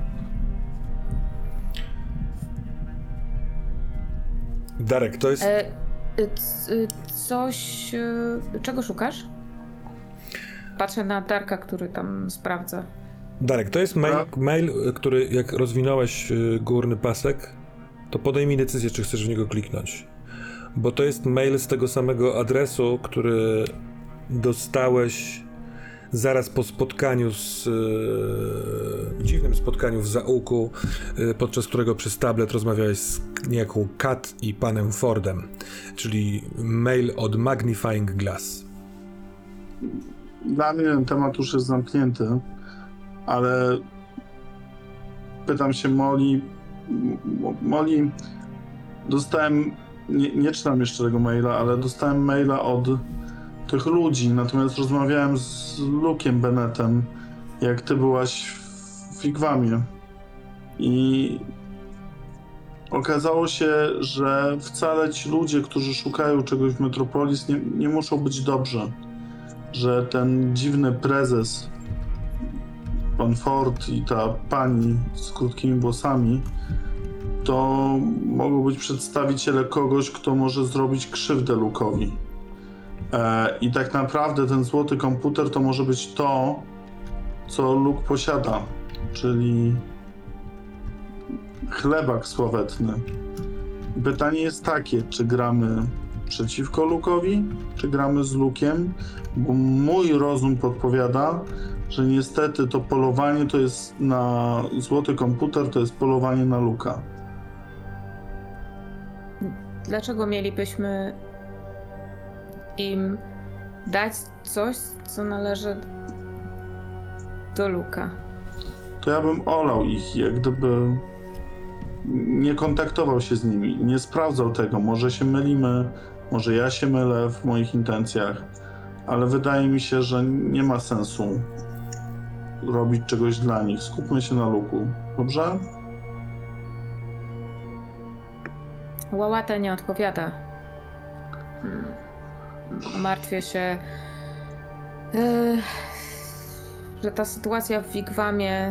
Darek, to jest... E, y, c- y, coś... y, czego szukasz? Patrzę na Darka, który tam sprawdza. Darek, to jest mail, mail, który jak rozwinąłeś y, górny pasek, to podejmij decyzję, czy chcesz w niego kliknąć. Bo to jest mail z tego samego adresu, który dostałeś zaraz po spotkaniu z... y, dziwnym spotkaniu w zaułku, y, podczas którego przez tablet rozmawiałeś z niejaką Kat i panem Fordem, czyli mail od Magnifying Glass. Dla mnie ten temat już jest zamknięty, ale pytam się Molly, M- Molly, dostałem, nie, nie czytam jeszcze tego maila, ale dostałem maila od tych ludzi, natomiast rozmawiałem z Luke'iem Bennettem, jak ty byłaś w Wigwamie i okazało się, że wcale ci ludzie, którzy szukają czegoś w Metropolis, nie, nie muszą być dobrze. Że ten dziwny prezes, pan Ford i ta pani z krótkimi włosami to mogą być przedstawiciele kogoś, kto może zrobić krzywdę Luke'owi. E, I tak naprawdę ten złoty komputer to może być to, co Luke posiada, czyli chlebak sławetny. I pytanie jest takie, czy gramy przeciwko Luke'owi, czy gramy z Luke'iem, bo mój rozum podpowiada, że niestety to polowanie to jest na złoty komputer, to jest polowanie na Luke'a. Dlaczego mielibyśmy im dać coś, co należy do Luke'a? To ja bym olał ich, jak gdyby nie kontaktował się z nimi, nie sprawdzał tego. Może się mylimy, może ja się mylę w moich intencjach, ale wydaje mi się, że nie ma sensu robić czegoś dla nich. Skupmy się na Luke'u, dobrze? Łałata nie odpowiada. Hmm. Martwię się, yy, że ta sytuacja w Wigwamie,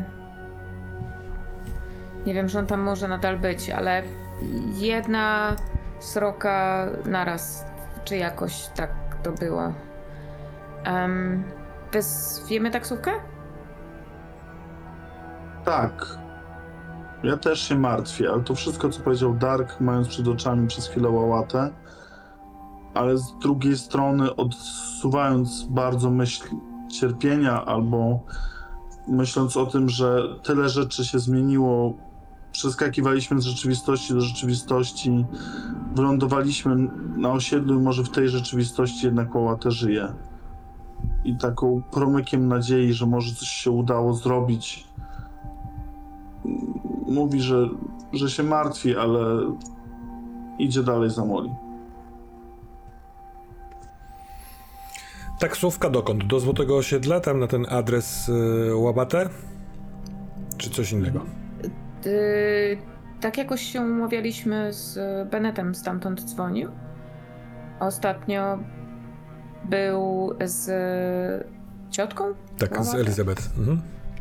nie wiem, że on tam może nadal być, ale jedna sroka naraz, czy jakoś tak to było. Um, Wezwiemy taksówkę? Tak. Ja też się martwię, ale to wszystko, co powiedział Dark, mając przed oczami przez chwilę Łałatę, ale z drugiej strony odsuwając bardzo myśl cierpienia albo myśląc o tym, że tyle rzeczy się zmieniło, przeskakiwaliśmy z rzeczywistości do rzeczywistości, wylądowaliśmy na osiedlu i może w tej rzeczywistości jednak Łałatę żyje. I taką promykiem nadziei, że może coś się udało zrobić, mówi, że, że się martwi, ale idzie dalej za Molly. Taksówka dokąd? Do Złotego Osiedla? Tam na ten adres yy, Łabate? Czy coś innego? Yy, tak jakoś się umawialiśmy z Bennettem, stamtąd dzwonił. Ostatnio był z ciotką? Tak, z Łałatę? Elizabeth. Mhm.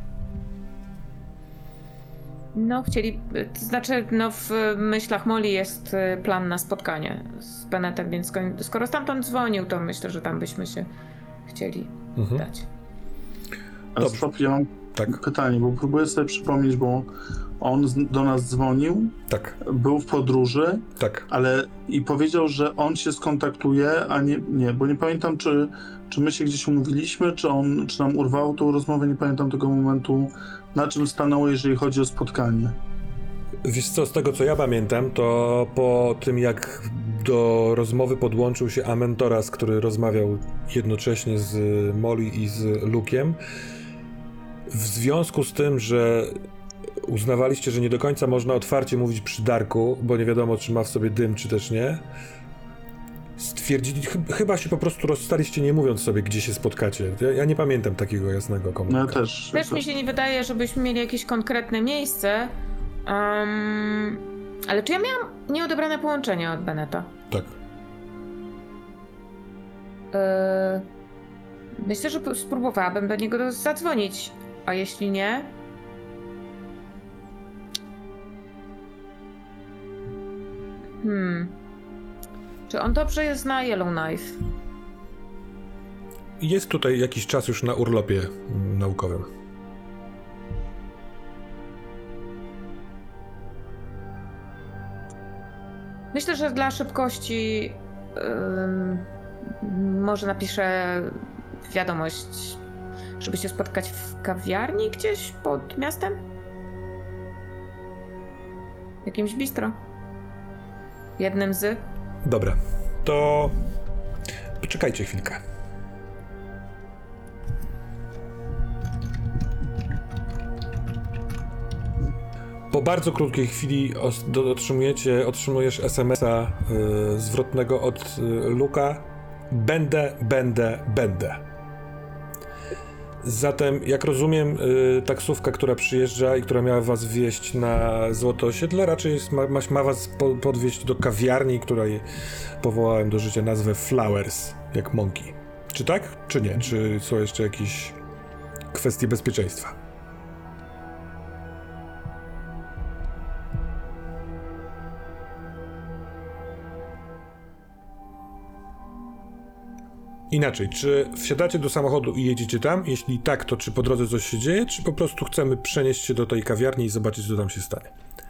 No, chcieli, to znaczy, no w myślach Molly jest plan na spotkanie z Bennettem, więc skoro stamtąd dzwonił, to myślę, że tam byśmy się chcieli Mhm. dać. A Dobrze. stop, ja mam Tak, pytanie, bo próbuję sobie przypomnieć, bo on z, do nas dzwonił, tak, był w podróży, tak. ale i powiedział, że on się skontaktuje, a nie, nie, bo nie pamiętam, czy, czy my się gdzieś umówiliśmy, czy on, czy nam urwał tą rozmowę, nie pamiętam tego momentu, na czym stanęło, jeżeli chodzi o spotkanie. Wiesz co, z tego co ja pamiętam, to po tym jak do rozmowy podłączył się Amentoras, który rozmawiał jednocześnie z Molly i z Luke'iem, w związku z tym, że uznawaliście, że nie do końca można otwarcie mówić przy Darku, bo nie wiadomo, czy ma w sobie dym, czy też nie, stwierdzili, ch- chyba się po prostu rozstaliście, nie mówiąc sobie, gdzie się spotkacie. Ja, ja nie pamiętam takiego jasnego No ja komunikatu. też. Też mi się nie wydaje, żebyśmy mieli jakieś konkretne miejsce, um, ale czy ja miałam nieodebrane połączenie od Bennetta? Tak. Yy, myślę, że p- spróbowałabym do niego zadzwonić, a jeśli nie... Hmm... Czy on dobrze je zna Yellowknife? Jest tutaj jakiś czas już na urlopie mm, naukowym. Myślę, że dla szybkości ym, może napiszę wiadomość, żeby się spotkać w kawiarni gdzieś pod miastem? Jakimś bistro? Jednym z... Dobra, to poczekajcie chwilkę. Po bardzo krótkiej chwili os- do- otrzymujecie, otrzymujesz es em es a y, zwrotnego od y, Luke'a. Będę, będę, będę. Zatem, jak rozumiem, y, taksówka, która przyjeżdża i która miała was wieźć na Złote Osiedle, raczej jest, ma, ma, ma was po, podwieźć do kawiarni, której powołałem do życia nazwę Flowers, jak Monkey. Czy tak? Czy nie? Czy są jeszcze jakieś kwestie bezpieczeństwa? Inaczej, czy wsiadacie do samochodu i jedziecie tam? Jeśli tak, to czy po drodze coś się dzieje, czy po prostu chcemy przenieść się do tej kawiarni i zobaczyć, co tam się stanie?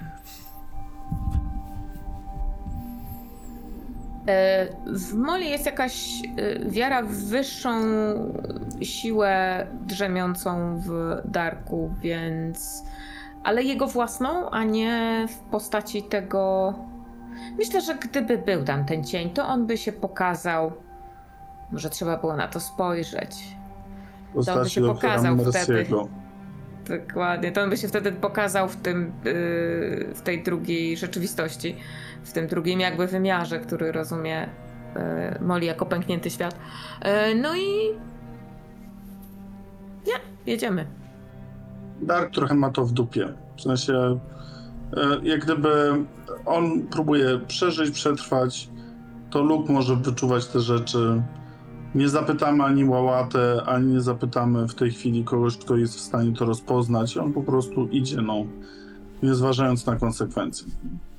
E, W Molly jest jakaś e, wiara w wyższą siłę drzemiącą w Darku, więc... Ale jego własną, a nie w postaci tego... Myślę, że gdyby był tam ten cień, to on by się pokazał. Może trzeba było na to spojrzeć. W postaci się doktora pokazał wtedy. Merciego. Dokładnie. To on by się wtedy pokazał w tym, yy, w tej drugiej rzeczywistości. W tym drugim jakby wymiarze, który rozumie yy, Molly jako pęknięty świat. Yy, no i... Nie, jedziemy. Dark trochę ma to w dupie. W sensie, e, jak gdyby on próbuje przeżyć, przetrwać, to Luke może wyczuwać te rzeczy. Nie zapytamy ani Łałatę, ani nie zapytamy w tej chwili kogoś, kto jest w stanie to rozpoznać. On po prostu idzie, no, nie zważając na konsekwencje.